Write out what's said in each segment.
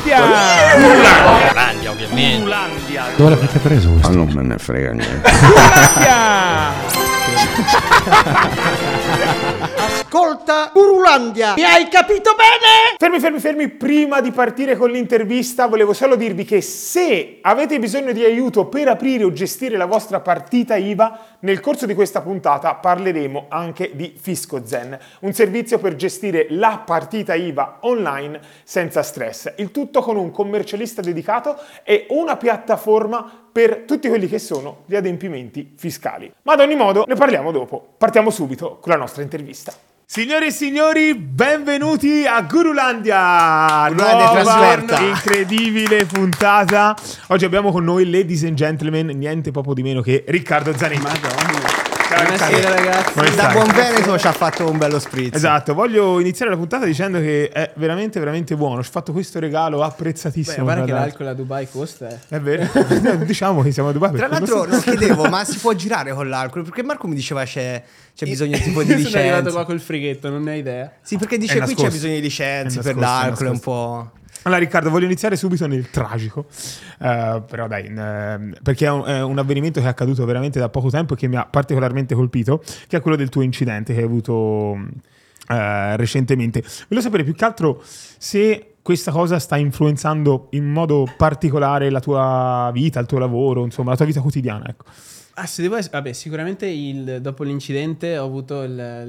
Gurulandia, ovviamente. Dove l'avete preso questo? Ma non me ne frega niente. Ascolta, Gurulandia, mi hai capito bene? Fermi. Prima di partire con l'intervista volevo solo dirvi che se avete bisogno di aiuto per aprire o gestire la vostra partita IVA, nel corso di questa puntata parleremo anche di FiscoZen, un servizio per gestire la partita IVA online senza stress. Il tutto con un commercialista dedicato e una piattaforma per tutti quelli che sono gli adempimenti fiscali. Ma ad ogni modo ne parliamo dopo. Partiamo subito con la nostra intervista. Signore e signori, benvenuti a Gurulandia! Nuova trasferta. incredibile puntata. Oggi abbiamo con noi, ladies and gentlemen, niente poco di meno che Riccardo Zanetti. Madonna. Ciao, Buonasera Riccardo. ragazzi. Come Da stai? buon Veneto ci ha fatto un bello spritz. Esatto, voglio iniziare la puntata dicendo che è veramente buono. Ci ho fatto questo regalo apprezzatissimo. Guarda che tra l'altro. l'alcol a Dubai costa. È vero? Diciamo che siamo a Dubai. Tra perché l'altro non so- non chiedevo, ma si può girare con l'alcol? Perché Marco mi diceva c'è bisogno tipo di Io sono arrivato licenze. qua col frighetto, non ne hai idea. Sì, perché È dice qui nascosto. c'è bisogno di licenze È per nascosto, è l'alcol, è un nascosto. po'... Allora Riccardo, voglio iniziare subito nel tragico, però dai, perché è un avvenimento che è accaduto veramente da poco tempo e che mi ha particolarmente colpito, che è quello del tuo incidente che hai avuto recentemente. Voglio sapere più che altro se questa cosa sta influenzando in modo particolare la tua vita, il tuo lavoro, insomma la tua vita quotidiana, ecco. Se devo vabbè, sicuramente dopo l'incidente ho avuto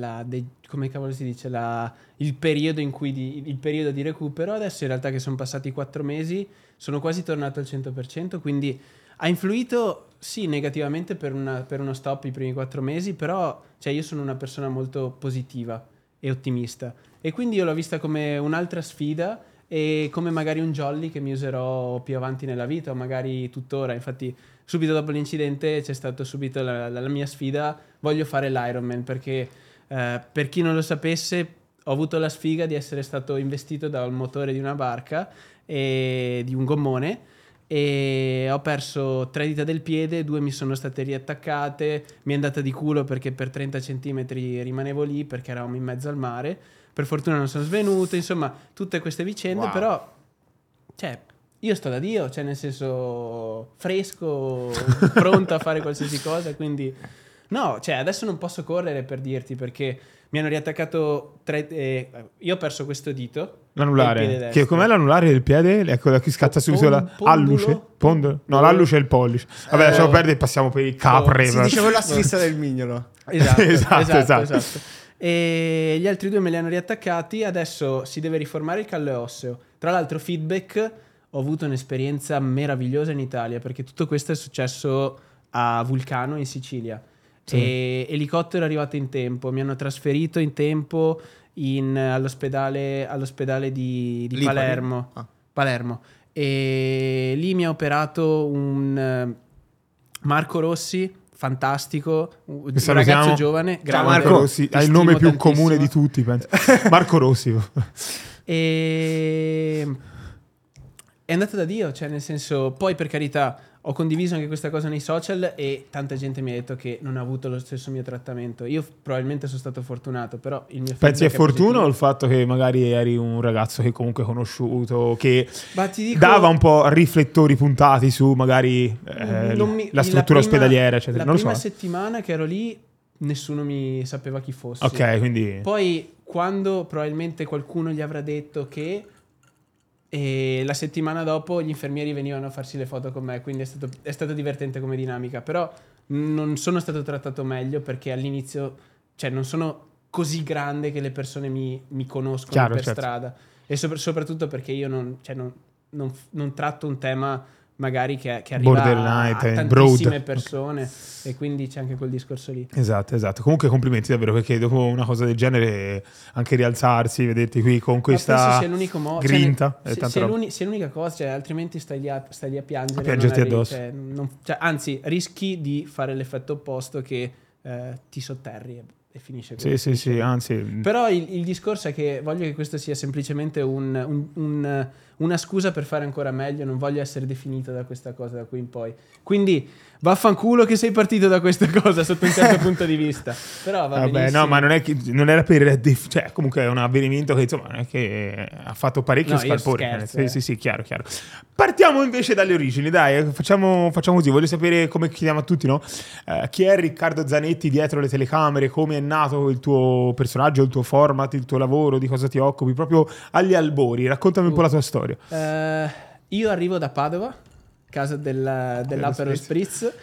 come cavolo si dice, il periodo il periodo di recupero. Adesso in realtà che sono passati 4 mesi sono quasi tornato al 100%, quindi ha influito sì negativamente per uno stop i primi 4 mesi, però cioè, io sono una persona molto positiva e ottimista e quindi io l'ho vista come un'altra sfida e come magari un jolly che mi userò più avanti nella vita o magari tuttora. Infatti subito dopo l'incidente c'è stata subito la mia sfida: voglio fare l'Ironman, perché per chi non lo sapesse ho avuto la sfiga di essere stato investito dal motore di una barca e di un gommone e ho perso 3 dita del piede, 2 mi sono state riattaccate, mi è andata di culo perché per 30 centimetri rimanevo lì perché eravamo in mezzo al mare. Per fortuna non sono svenuto, insomma, tutte queste vicende, Wow. però, cioè, io sto da Dio, cioè nel senso fresco, pronto a fare qualsiasi cosa, quindi no, cioè adesso non posso correre per dirti perché mi hanno riattaccato io ho perso questo dito. del piede L'anulare, destro. che com'è l'anulare del piede? Ecco, da qui scatta subito la Pondulo? alluce. No, l'alluce è il pollice. Vabbè, lasciamo perdere e passiamo per il capre. Si dice quello a sinistra del mignolo. Esatto. E gli altri 2 me li hanno riattaccati. Adesso si deve riformare il callo osseo. Tra l'altro, feedback: ho avuto un'esperienza meravigliosa in Italia perché tutto questo è successo a Vulcano in Sicilia. Sì. E elicottero è arrivato in tempo, mi hanno trasferito in tempo all'ospedale di Lipari? Palermo. Ah. Palermo. E lì mi ha operato un Marco Rossi, fantastico, un salutiamo. ragazzo giovane, Ciao grande, Marco Rossi, hai il nome più stimo comune di tantissimo. tutti, penso. Marco Rossi. E è andata da Dio, cioè nel senso, poi per carità ho condiviso anche questa cosa nei social e tanta gente mi ha detto che non ha avuto lo stesso mio trattamento. Io probabilmente sono stato fortunato, però il mio Pensi è feedback fortuna positivo. o il fatto che magari eri un ragazzo che comunque conosciuto, che Ma ti dico, dava un po' riflettori puntati su magari la struttura ospedaliera, eccetera? La Non lo prima so. settimana che ero lì nessuno mi sapeva chi fossi. Ok, quindi Poi quando probabilmente qualcuno gli avrà detto che e la settimana dopo gli infermieri venivano a farsi le foto con me, quindi è stato divertente come dinamica, però non sono stato trattato meglio perché all'inizio, cioè non sono così grande che le persone mi conoscono Chiaro, per certo. strada e soprattutto perché io non tratto un tema magari che arriva Borderline, a broad. tantissime persone e quindi c'è anche quel discorso lì. Esatto. Comunque complimenti davvero, perché dopo una cosa del genere anche rialzarsi, vederti qui con Ma penso questa sia l'unico modo, grinta, cioè, tanta sia, roba. sia l'unica cosa, cioè, altrimenti stai lì a piangere, A piangerti non addosso. anzi rischi di fare l'effetto opposto che ti sotterri e finisce così. Sì, anzi. Però il discorso è che voglio che questo sia semplicemente un una scusa per fare ancora meglio, non voglio essere definito da questa cosa da qui in poi. Quindi vaffanculo che sei partito da questa cosa sotto un certo punto di vista. Però va benissimo. No, ma non era per cioè comunque è un avvenimento che insomma non è che ha fatto parecchio scalpore. Sì, chiaro. Partiamo invece dalle origini, dai, facciamo così. Voglio sapere, come chiediamo a tutti, no? Chi è Riccardo Zanetti dietro le telecamere, come è nato il tuo personaggio, il tuo format, il tuo lavoro, di cosa ti occupi, proprio agli albori. Raccontami un po' la tua storia. Io arrivo da Padova, casa dell'Aperol Spritz,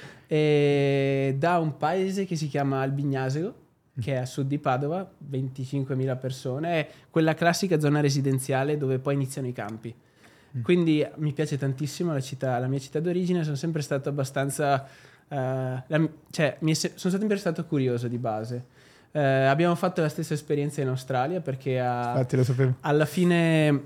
e da un paese che si chiama Albignasego, che è a sud di Padova, 25.000 persone, è quella classica zona residenziale dove poi iniziano i campi. Quindi mi piace tantissimo la mia città d'origine, sono sempre stato abbastanza... sono sempre stato curioso di base. Abbiamo fatto la stessa esperienza in Australia perché Infatti lo sapevo. alla fine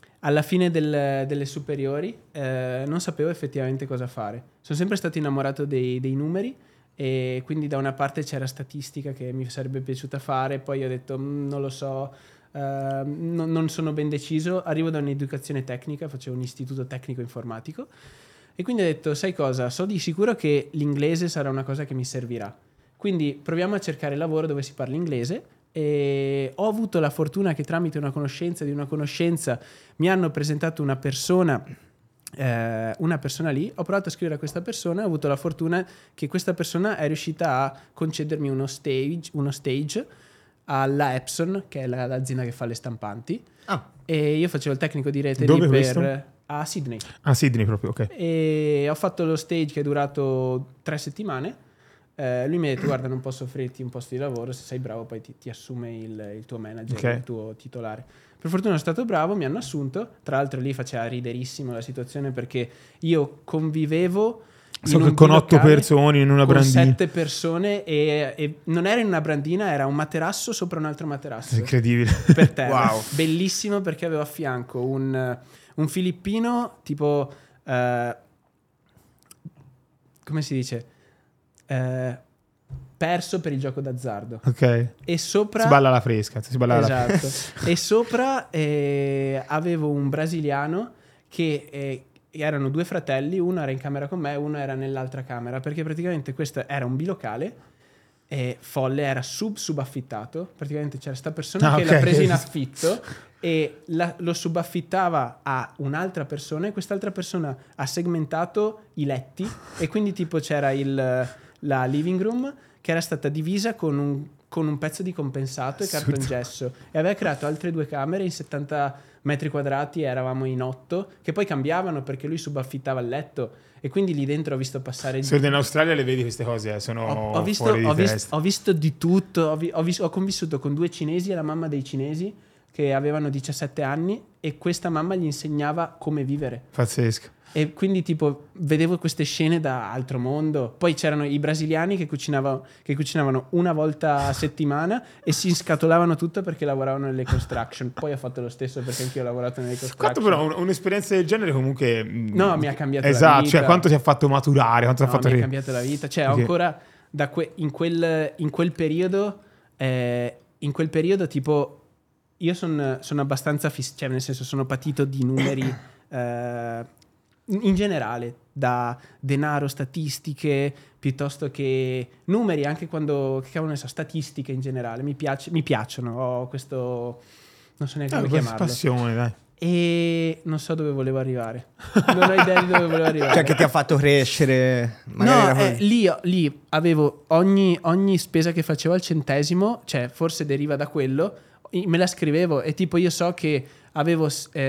delle superiori non sapevo effettivamente cosa fare. Sono sempre stato innamorato dei numeri e quindi da una parte c'era statistica che mi sarebbe piaciuta fare, poi ho detto non lo so, non sono ben deciso. Arrivo da un'educazione tecnica, facevo un istituto tecnico informatico e quindi ho detto sai cosa, so di sicuro che l'inglese sarà una cosa che mi servirà, quindi proviamo a cercare lavoro dove si parla inglese. E ho avuto la fortuna che tramite una conoscenza di una conoscenza mi hanno presentato una persona lì. Ho provato a scrivere a questa persona e ho avuto la fortuna che questa persona è riuscita a concedermi uno stage alla Epson, che è l'azienda che fa le stampanti. E io facevo il tecnico di rete Dove lì questo? a Sydney. A Sydney proprio, ok. E ho fatto lo stage che è durato 3 settimane. Lui mi ha detto guarda, non posso offrirti un posto di lavoro, se sei bravo poi ti assume il tuo manager, Okay. il tuo titolare. Per fortuna sono stato bravo, mi hanno assunto. Tra l'altro lì faceva riderissimo la situazione perché io convivevo Con 8 persone in una con brandina. 7 persone e non era in una brandina, era un materasso sopra un altro materasso Incredibile. per terra. Wow. Bellissimo perché avevo a fianco un filippino tipo come si dice, perso per il gioco d'azzardo. Ok. E sopra Si balla alla fresca. esatto. E sopra avevo un brasiliano che erano 2 fratelli, uno era in camera con me, uno era nell'altra camera, perché praticamente questo era un bilocale folle, era subaffittato. Praticamente c'era sta persona che l'ha preso in affitto e lo subaffittava a un'altra persona e quest'altra persona ha segmentato i letti e quindi tipo c'era la living room che era stata divisa con un pezzo di compensato e cartongesso e aveva creato altre 2 camere in 70 metri quadrati, eravamo in 8 che poi cambiavano perché lui subaffittava il letto e quindi lì dentro ho visto passare Se in Australia le vedi queste cose, sono ho visto di tutto. Ho convissuto con 2 cinesi e la mamma dei cinesi che avevano 17 anni e questa mamma gli insegnava come vivere. Pazzesco. E quindi tipo vedevo queste scene da altro mondo. Poi c'erano i brasiliani che cucinavano una volta a settimana e si scatolavano tutto perché lavoravano nelle construction. Poi ho fatto lo stesso perché anch'io ho lavorato nelle construction. Quanto però un'esperienza del genere comunque... No, mi ha cambiato la esatto, vita. cioè quanto ti ha fatto maturare, quanto ti ha fatto... Mi ha cambiato la vita. Cioè Perché- ancora in quel periodo tipo io sono abbastanza cioè nel senso sono patito di numeri in generale, da denaro, statistiche, piuttosto che numeri, anche quando, che cavolo ne so, statistiche in generale, mi piacciono, ho questo, non so neanche come chiamarlo. Passione, dai. E non so dove volevo arrivare. Non ho idea di dove volevo arrivare. Cioè che ti ha fatto crescere. Magari Lì avevo ogni spesa che facevo al centesimo, cioè forse deriva da quello, me la scrivevo e tipo io so che avevo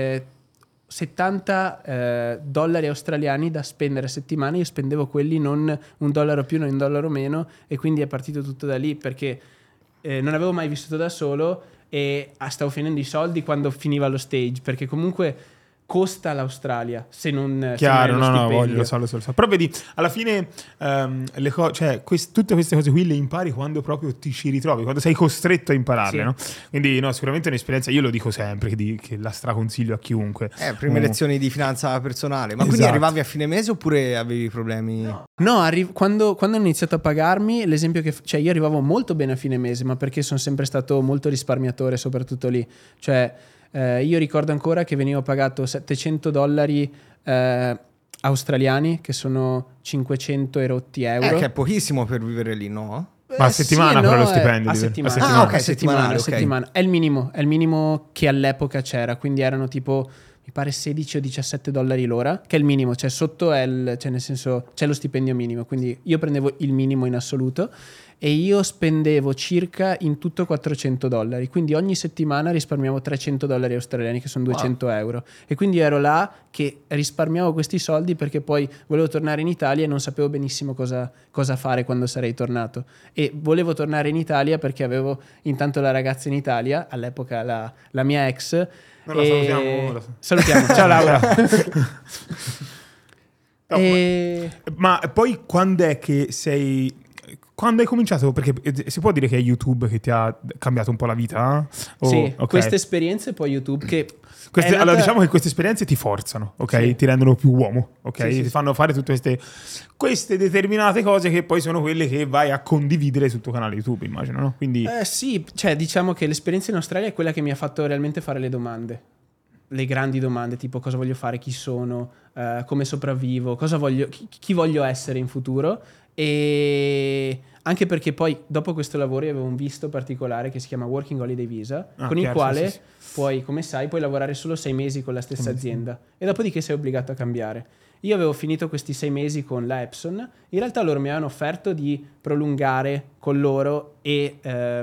70 dollari australiani da spendere a settimana, io spendevo quelli, non $1 più, non $1 meno, e quindi è partito tutto da lì perché non avevo mai vissuto da solo e stavo finendo i soldi quando finiva lo stage, perché comunque costa l'Australia se non Chiaro, se non hai lo stipendio. lo so. Però vedi, alla fine cioè, tutte queste cose qui le impari quando proprio ti ci ritrovi, quando sei costretto a impararle, Sì. no? Quindi no, sicuramente è un'esperienza, io lo dico sempre, che la straconsiglio a chiunque. prime lezioni di finanza personale. Ma quindi Esatto. arrivavi a fine mese oppure avevi problemi? No, quando hanno iniziato a pagarmi, l'esempio cioè io arrivavo molto bene a fine mese, ma perché sono sempre stato molto risparmiatore, soprattutto lì. Cioè Io ricordo ancora che venivo pagato $700 australiani, che sono 500 e rotti euro. Che è pochissimo per vivere lì, no? Ma a settimana però lo stipendio? A settimana. settimana. Ah, ok, A settimana. settimanale, ok. È il minimo che all'epoca c'era, quindi erano tipo, mi pare 16 o 17 dollari l'ora, che è il minimo, cioè sotto è cioè nel senso c'è lo stipendio minimo, quindi io prendevo il minimo in assoluto e io spendevo circa in tutto $400, quindi ogni settimana risparmiavo $300 australiani, che sono 200 euro, e quindi ero là che risparmiavo questi soldi perché poi volevo tornare in Italia e non sapevo benissimo cosa fare quando sarei tornato, e volevo tornare in Italia perché avevo intanto la ragazza in Italia, all'epoca la mia ex. No, la salutiamo ora. Salutiamo, ciao Laura. No, ma poi quando è che quando hai cominciato? Perché si può dire che è YouTube che ti ha cambiato un po' la vita? Sì, okay. Queste esperienze poi YouTube che... Allora diciamo che queste esperienze ti forzano, ok? Sì. Ti rendono più uomo, ok? Sì, ti fanno fare tutte queste determinate cose che poi sono quelle che vai a condividere sul tuo canale YouTube, immagino, no? Quindi... sì, cioè diciamo che l'esperienza in Australia è quella che mi ha fatto realmente fare le domande. Le grandi domande, tipo cosa voglio fare, chi sono, come sopravvivo, cosa voglio, chi voglio essere in futuro. E anche perché poi dopo questo lavoro io avevo un visto particolare che si chiama Working Holiday Visa, con il quale sì. puoi, come sai, puoi lavorare solo 6 mesi con la stessa azienda e dopodiché sei obbligato a cambiare. Io avevo finito questi 6 mesi con la Epson, in realtà loro mi avevano offerto di prolungare con loro e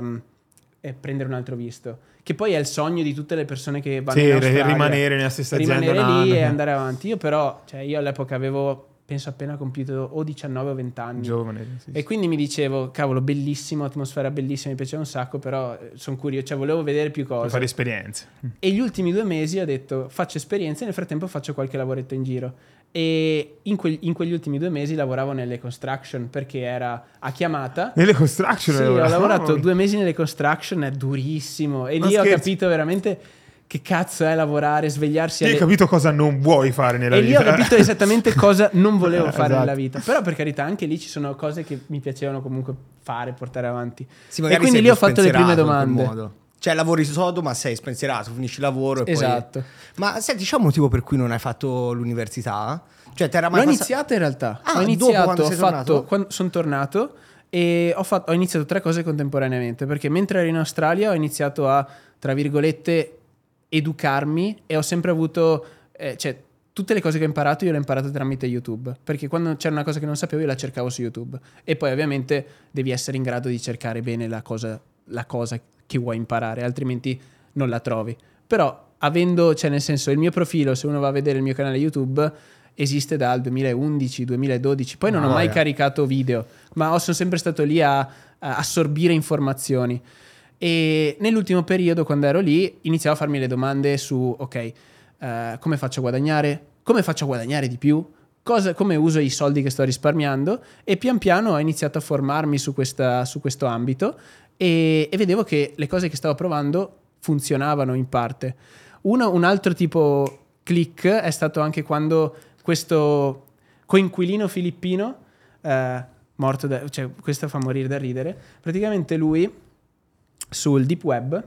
prendere un altro visto, che poi è il sogno di tutte le persone che vanno in Australia, rimanere nella stessa azienda, rimanere lì e andare avanti. Io però, cioè io all'epoca avevo, penso, appena compiuto o 19 o 20 anni, giovane, sì. e quindi mi dicevo, cavolo, bellissimo, atmosfera bellissima, mi piaceva un sacco, però sono curioso, cioè volevo vedere più cose, Per fare esperienze. e gli ultimi 2 mesi ho detto faccio esperienze, nel frattempo faccio qualche lavoretto in giro, e in quegli ultimi 2 mesi lavoravo nelle construction perché era a chiamata. Nelle construction? Sì, ho lavorato 2 mesi nelle construction, è durissimo, e lì ho capito veramente che cazzo è lavorare, svegliarsi Hai capito cosa non vuoi fare nella vita. E lì ho capito esattamente cosa non volevo fare esatto. nella vita. Però per carità anche lì ci sono cose che mi piacevano comunque fare, portare avanti. Sì, e quindi lì ho fatto le prime domande. Cioè lavori sodo ma sei spensierato, finisci il lavoro e esatto. poi... Ma senti, c'è un motivo per cui non hai fatto l'università? Cioè t'era mai L'ho iniziato in realtà. Ah, ho iniziato, quando sei tornato? quando sono tornato e ho iniziato 3 cose contemporaneamente, perché mentre ero in Australia ho iniziato a, tra virgolette, educarmi, e ho sempre avuto cioè tutte le cose che ho imparato io le ho imparate tramite YouTube, perché quando c'era una cosa che non sapevo io la cercavo su YouTube, e poi ovviamente devi essere in grado di cercare bene la cosa che vuoi imparare, altrimenti non la trovi. Però avendo, cioè nel senso, il mio profilo, se uno va a vedere il mio canale YouTube, esiste dal 2011-2012, poi non ho mai caricato video, ma sono sempre stato lì a assorbire informazioni. E nell'ultimo periodo, quando ero lì, iniziavo a farmi le domande su come faccio a guadagnare di più, come uso i soldi che sto risparmiando, e pian piano ho iniziato a formarmi su questo ambito, e vedevo che le cose che stavo provando funzionavano in parte. Un altro tipo click è stato anche quando questo coinquilino filippino morto cioè questo fa morire da ridere, praticamente lui sul deep web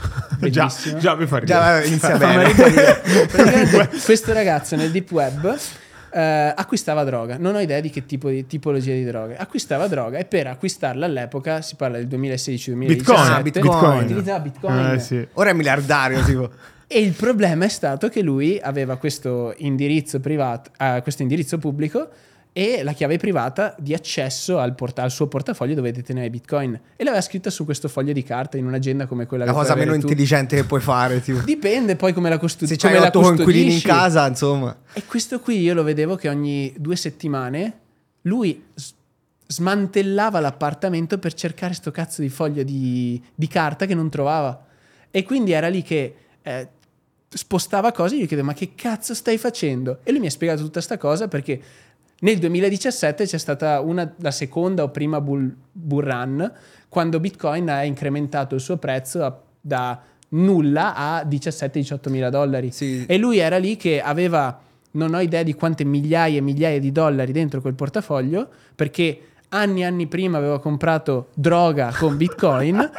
già mi fa ridere. Già inizia bene. Praticamente questo ragazzo nel deep web acquistava droga, non ho idea di che tipologia di droga, acquistava droga, e per acquistarla all'epoca, si parla del 2016-2017, Bitcoin. utilizzava Bitcoin. Sì. Ora è miliardario, tipo. E il problema è stato che lui aveva questo indirizzo privato, questo indirizzo pubblico, e la chiave privata di accesso al suo portafoglio dove deteneva i Bitcoin, e l'aveva scritta su questo foglio di carta in un'agenda come quella La che cosa puoi meno avere tu. intelligente che puoi fare, tipo. Dipende poi come la Se c'hai 8 coinquilini in casa, insomma. E questo qui io lo vedevo che ogni 2 settimane lui smantellava l'appartamento per cercare sto cazzo di foglio di carta che non trovava, e quindi era lì che spostava cose. Io gli chiedevo: ma che cazzo stai facendo? E lui mi ha spiegato tutta sta cosa, perché nel 2017 c'è stata la seconda o prima bull run, quando Bitcoin ha incrementato il suo prezzo da nulla a 17-18 mila dollari. Sì. E lui era lì che aveva, non ho idea di quante migliaia e migliaia di dollari dentro quel portafoglio, perché anni prima aveva comprato droga con Bitcoin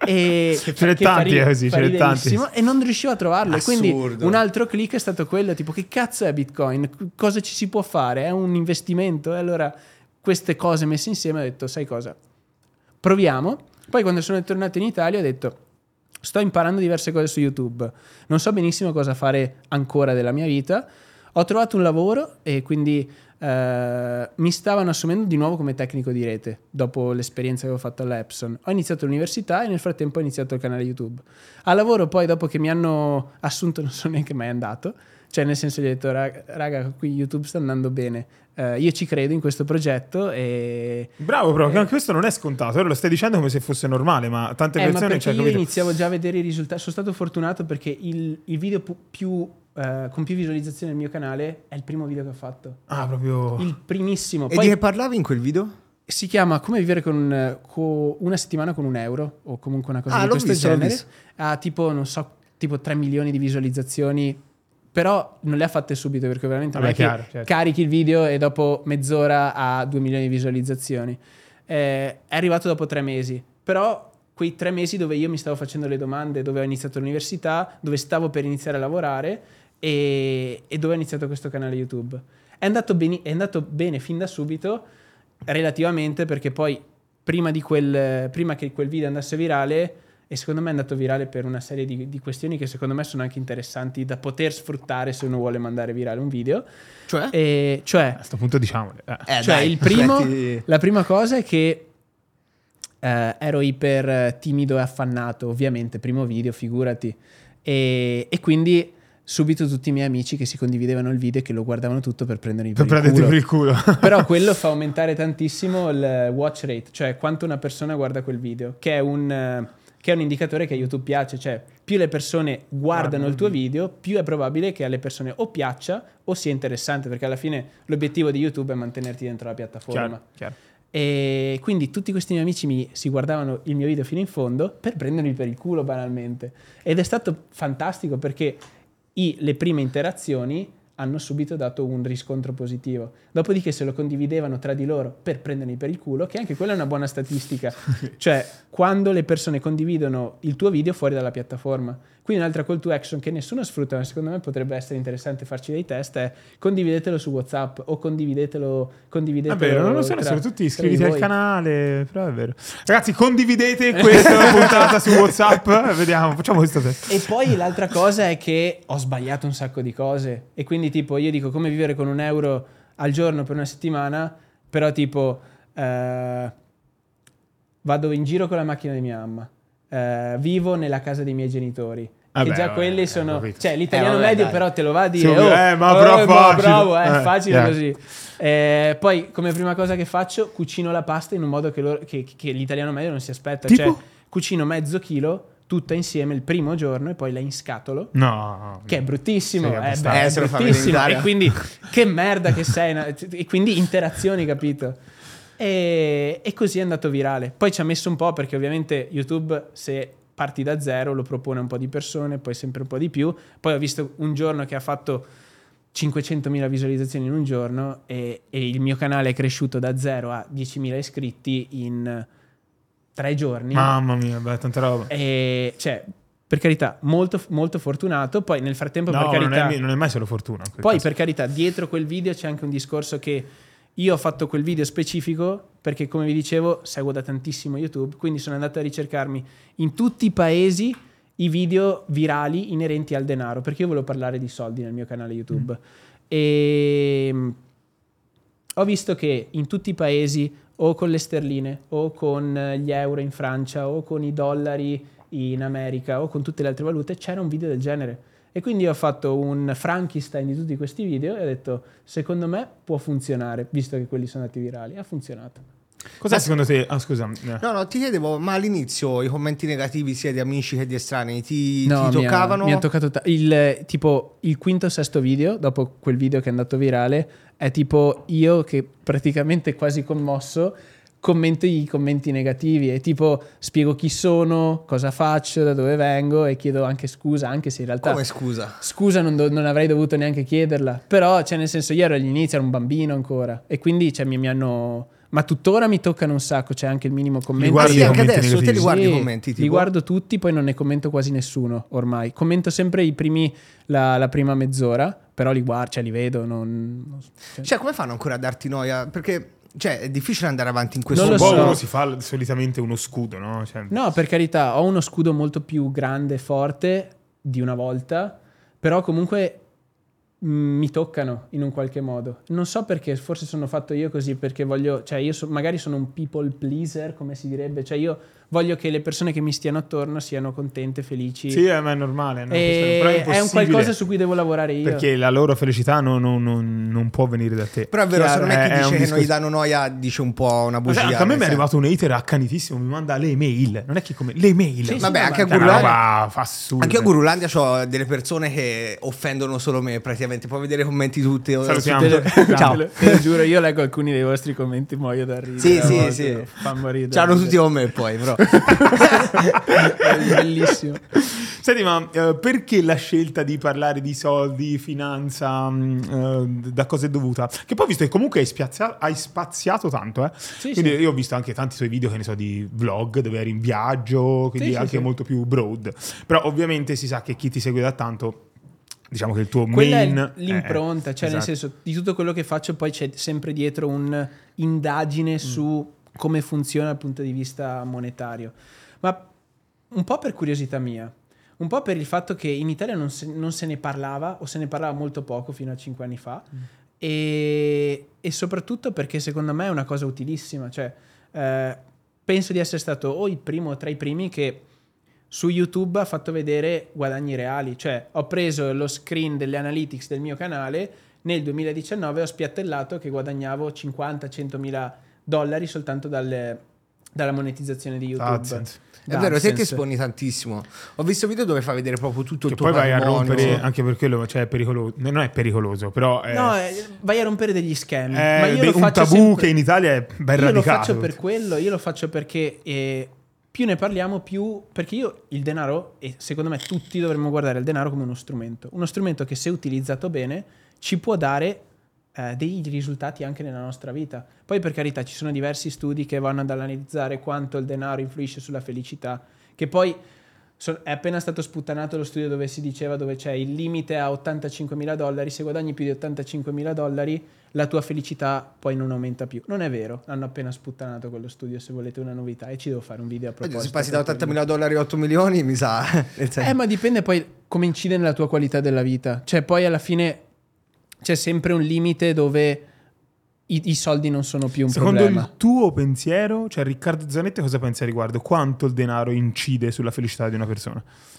E ce n'è tanti così, ce n'è tanti. E non riuscivo a trovarlo. Assurdo. E quindi un altro click è stato quello, tipo, che cazzo è Bitcoin? Cosa ci si può fare? È un investimento? E allora queste cose messe insieme ho detto, sai cosa? Proviamo. Poi quando sono tornato in Italia ho detto, sto imparando diverse cose su YouTube, non so benissimo cosa fare ancora della mia vita. Ho trovato un lavoro e quindi mi stavano assumendo di nuovo come tecnico di rete dopo l'esperienza che avevo fatto all'Epson. Ho iniziato l'università e nel frattempo ho iniziato il canale YouTube. Al lavoro poi, dopo che mi hanno assunto, non sono neanche mai andato, cioè nel senso gli ho detto raga, qui YouTube sta andando bene, io ci credo in questo progetto e... Bravo, però anche questo non è scontato, lo stai dicendo come se fosse normale, ma tante persone... Ma perché io capito? iniziavo già a vedere i risultati, sono stato fortunato perché il video con più visualizzazioni del mio canale è il primo video che ho fatto. Ah, proprio... Il primissimo. E Poi di che parlavi in quel video? si chiama Come vivere con una settimana con €1 o comunque una cosa di l'ho questo visto, l'ho genere. visto. Ha tipo, non so, tipo 3 milioni di visualizzazioni, però non le ha fatte subito perché ovviamente non è che chiaro, certo. carichi il video e dopo mezz'ora ha 2 milioni di visualizzazioni. È arrivato dopo 3 mesi, però quei 3 mesi dove io mi stavo facendo le domande, dove ho iniziato l'università, dove stavo per iniziare a lavorare e dove ho iniziato questo canale YouTube. È andato bene fin da subito, relativamente, perché poi prima che quel video andasse virale, e secondo me è andato virale per una serie di questioni che secondo me sono anche interessanti da poter sfruttare se uno vuole mandare virale un video. Cioè? Cioè A questo punto diciamole. Dai, il primo, metti- la prima cosa è che ero iper timido e affannato, ovviamente, primo video, figurati. E quindi subito tutti i miei amici che si condividevano il video e che lo guardavano tutto per prendermi per il culo. Però quello fa aumentare tantissimo il watch rate, cioè quanto una persona guarda quel video, che è un indicatore che a YouTube piace. Cioè più le persone guardano il tuo video, più è probabile che alle persone o piaccia o sia interessante, perché alla fine l'obiettivo di YouTube è mantenerti dentro la piattaforma. Chiaro. E quindi tutti questi miei amici si guardavano il mio video fino in fondo per prendermi per il culo, banalmente. Ed è stato fantastico perché le prime interazioni hanno subito dato un riscontro positivo. Dopodiché se lo condividevano tra di loro per prendermi per il culo, che anche quella è una buona statistica. Cioè, quando le persone condividono il tuo video fuori dalla piattaforma. Quindi un'altra call to action che nessuno sfrutta, ma secondo me potrebbe essere interessante farci dei test, è condividetelo su WhatsApp o condividetelo Vabbè, non lo so, sono tutti iscriviti tra al voi. canale, però è vero. Ragazzi, condividete questa puntata su WhatsApp, vediamo, facciamo questo test. E poi l'altra cosa è che ho sbagliato un sacco di cose. E quindi tipo io dico come vivere con €1 al giorno per una settimana, però tipo vado in giro con la macchina di mia mamma, vivo nella casa dei miei genitori. Vabbè, che già quelli sono... capito. Cioè l'italiano vabbè, medio dai. però te lo va a dire. Ma però facile. Bravo, è facile yeah. così. Poi come prima cosa che faccio, cucino la pasta in un modo che l'italiano medio non si aspetta. Tipo? Cioè cucino mezzo chilo tutta insieme il primo giorno e poi la inscatolo. No. Che è bruttissimo, Sì, è abbastanza. se lo fa bruttissimo. vedere in E quindi che merda che sei. E quindi interazioni, capito? E così è andato virale. Poi ci ha messo un po' perché ovviamente YouTube, se parti da zero, lo propone a un po' di persone, poi sempre un po' di più. Poi ho visto un giorno che ha fatto 500.000 visualizzazioni in un giorno e il mio canale è cresciuto da 0 a 10.000 iscritti in 3 giorni. Mamma mia, beh, tanta roba. E cioè, per carità, molto, molto fortunato. Poi nel frattempo, No, per carità, non è mai solo fortuna. in quel poi caso. per carità, dietro quel video c'è anche un discorso che io ho fatto quel video specifico perché, come vi dicevo, seguo da tantissimo YouTube, quindi sono andato a ricercarmi in tutti i paesi i video virali inerenti al denaro, perché io volevo parlare di soldi nel mio canale YouTube. E ho visto che in tutti i paesi, o con le sterline, o con gli euro in Francia, o con i dollari in America, o con tutte le altre valute, c'era un video del genere. E quindi ho fatto un Frankenstein di tutti questi video e ho detto, secondo me può funzionare, visto che quelli sono andati virali. Ha funzionato. Cos'è secondo te? Ah, scusa. No, ti chiedevo, ma all'inizio i commenti negativi sia di amici che di estranei ti No, toccavano? mi ha toccato tipo il quinto o sesto video, dopo quel video che è andato virale, è tipo io che praticamente quasi commosso commento i commenti negativi e tipo spiego chi sono, cosa faccio, da dove vengo e chiedo anche scusa, anche se in realtà Come scusa? non avrei dovuto neanche chiederla, però cioè nel senso io ero all'inizio, ero un bambino ancora e quindi cioè, mi hanno ma tuttora mi toccano un sacco, c'è anche il minimo commento. guardi Sì, i anche commenti adesso te li negativi? guardi i Sì, commenti, tipo? li guardo tutti, poi non ne commento quasi nessuno ormai. Commento sempre la prima mezz'ora, però li guardo, cioè li vedo. Cioè, come fanno ancora a darti noia? Perché, cioè, è difficile andare avanti in questo Non Un lo po' so. uno si fa solitamente uno scudo, no? Cioè, No, per carità, ho uno scudo molto più grande e forte di una volta, però comunque mi toccano in un qualche modo. Non so perché, forse sono fatto io così, perché voglio, cioè io magari sono un people pleaser, come si direbbe, cioè io voglio che le persone che mi stiano attorno siano contente, felici. sì, ma è normale. No? Questo E però è un impossibile, qualcosa su cui devo lavorare io. perché la loro felicità non può venire da te. Però è vero, Chiaro. secondo me chi È un dice che non gli discorso- danno noia dice un po' una Ma bugia. sai, anche a me nel mi è senso. arrivato un hater accanitissimo, mi manda le mail. Non è che come le mail. Sì, sì, Vabbè, no, anche a ma- Una Gurulandia, roba assurda. anche a Gurulandia c'ho delle persone che offendono solo me, praticamente. Puoi vedere i commenti tutti. Salutiamo. Ciao. Te lo giuro, io leggo alcuni dei vostri commenti, muoio da ridere. Sì, a sì, volte, sì. Fa morire. C'hanno tutti con me poi, però. È bellissimo. Senti, ma perché la scelta di parlare di soldi, finanza, da cosa è dovuta? Che poi ho visto che comunque hai spaziato tanto, eh? Quindi sì. io ho visto anche tanti tuoi video, che ne so, di vlog dove eri in viaggio, quindi Sì, sì, anche sì. molto più broad. Però ovviamente si sa che chi ti segue da tanto, diciamo che il tuo Quella main è l'impronta, cioè esatto. nel senso, di tutto quello che faccio poi c'è sempre dietro un'indagine su come funziona dal punto di vista monetario. Ma un po' per curiosità mia, un po' per il fatto che in Italia non se ne parlava, o se ne parlava molto poco fino a 5 anni fa, e soprattutto perché secondo me è una cosa utilissima. Cioè, penso di essere stato o il primo o tra i primi che su YouTube ha fatto vedere guadagni reali. Cioè, ho preso lo screen delle analytics del mio canale, nel 2019 ho spiattellato che guadagnavo 50-100 mila dollari soltanto dalla monetizzazione di YouTube. AdSense. È vero, te ti AdSense. esponi tantissimo. Ho visto video dove fa vedere proprio tutto il Che tuo poi vai a patrimonio. rompere, anche per quello, cioè è pericoloso. Non è pericoloso, però è, No, vai a rompere degli schemi. è Ma io lo un faccio tabù sempre- che in Italia è ben Io lo radicato. faccio per quello, io lo faccio perché più ne parliamo, più... Perché io il denaro, e secondo me tutti dovremmo guardare il denaro come uno strumento che se utilizzato bene ci può dare dei risultati anche nella nostra vita. Poi per carità ci sono diversi studi che vanno ad analizzare quanto il denaro influisce sulla felicità, che poi è appena stato sputtanato lo studio dove si diceva, dove c'è il limite a 85 mila dollari, se guadagni più di 85 mila dollari la tua felicità poi non aumenta più. Non è vero, hanno appena sputtanato quello studio, se volete una novità, e ci devo fare un video a proposito. Se passi da 80 mila dollari a 8 milioni, mi sa. Nel senso- Ma dipende poi come incide nella tua qualità della vita. Cioè poi alla fine c'è sempre un limite dove i soldi non sono più un Secondo problema. il tuo pensiero, cioè Riccardo Zanetti cosa pensa a riguardo? Quanto il denaro incide sulla felicità di una persona?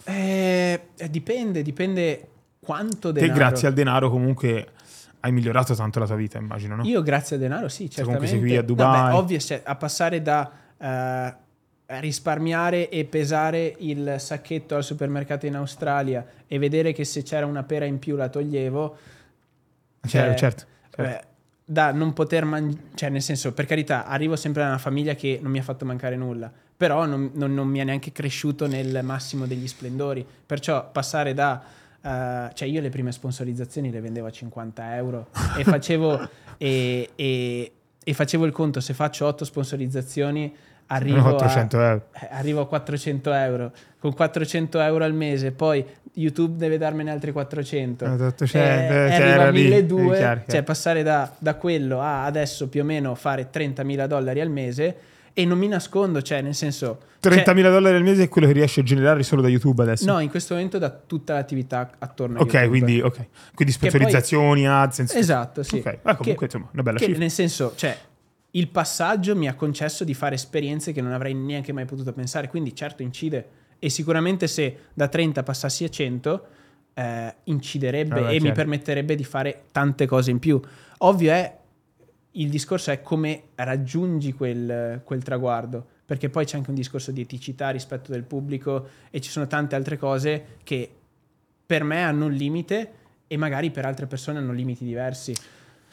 Dipende quanto Te denaro. grazie al denaro comunque hai migliorato tanto la tua vita, immagino, no? Io grazie al denaro sì, Cioè, comunque certamente. sei qui a Dubai. No, ovvio, cioè, a passare da risparmiare e pesare il sacchetto al supermercato in Australia e vedere che se c'era una pera in più la toglievo, Certo. da non poter mangiare, cioè nel senso, per carità, arrivo sempre da una famiglia che non mi ha fatto mancare nulla, però non mi ha neanche cresciuto nel massimo degli splendori, perciò passare da cioè io le prime sponsorizzazioni le vendevo a 50 euro e facevo e facevo il conto, se faccio 8 sponsorizzazioni arrivo 400 euro. arrivo a 400 euro. Con 400 euro al mese, poi YouTube deve darmene altri 400. 800, Arriva a lì, 1200, chiaro. cioè passare da quello a adesso più o meno fare 30.000 dollari al mese, e non mi nascondo, cioè nel senso... 30.000 dollari al mese è quello che riesci a generare solo da YouTube adesso? No, in questo momento da tutta l'attività attorno a YouTube. Quindi sponsorizzazioni, AdSense. Esatto, sì. Ok, comunque insomma, una bella che cifra. nel senso, cioè, il passaggio mi ha concesso di fare esperienze che non avrei neanche mai potuto pensare, quindi certo incide, e sicuramente se da 30 passassi a 100 inciderebbe e mi certo. permetterebbe di fare tante cose in più. Ovvio è, il discorso è come raggiungi quel traguardo, perché poi c'è anche un discorso di eticità, rispetto del pubblico, e ci sono tante altre cose che per me hanno un limite e magari per altre persone hanno limiti diversi.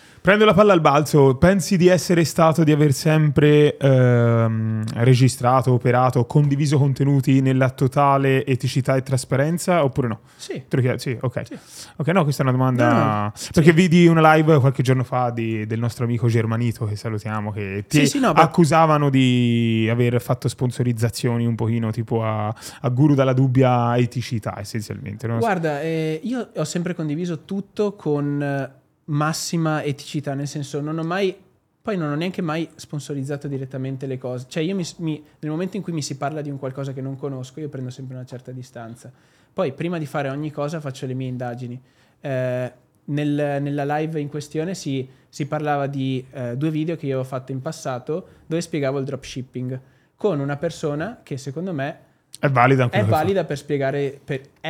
Prendo la palla al balzo. Pensi di essere stato, di aver sempre registrato, operato, condiviso contenuti nella totale eticità e trasparenza oppure no? Sì. Sì, ok. Sì. Ok, no, questa è una domanda. No, perché vidi una live qualche giorno fa del nostro amico Germanito, che salutiamo, che ti accusavano di aver fatto sponsorizzazioni un pochino tipo a guru dalla dubbia eticità, essenzialmente. No? Guarda, io ho sempre condiviso tutto con massima eticità, nel senso non ho neanche mai sponsorizzato direttamente le cose. Cioè io nel momento in cui mi si parla di un qualcosa che non conosco, io prendo sempre una certa distanza. Poi prima di fare ogni cosa faccio le mie indagini. Nella live in questione si parlava di 2 video che io avevo fatto in passato dove spiegavo il dropshipping con una persona che secondo me era valida per spiegare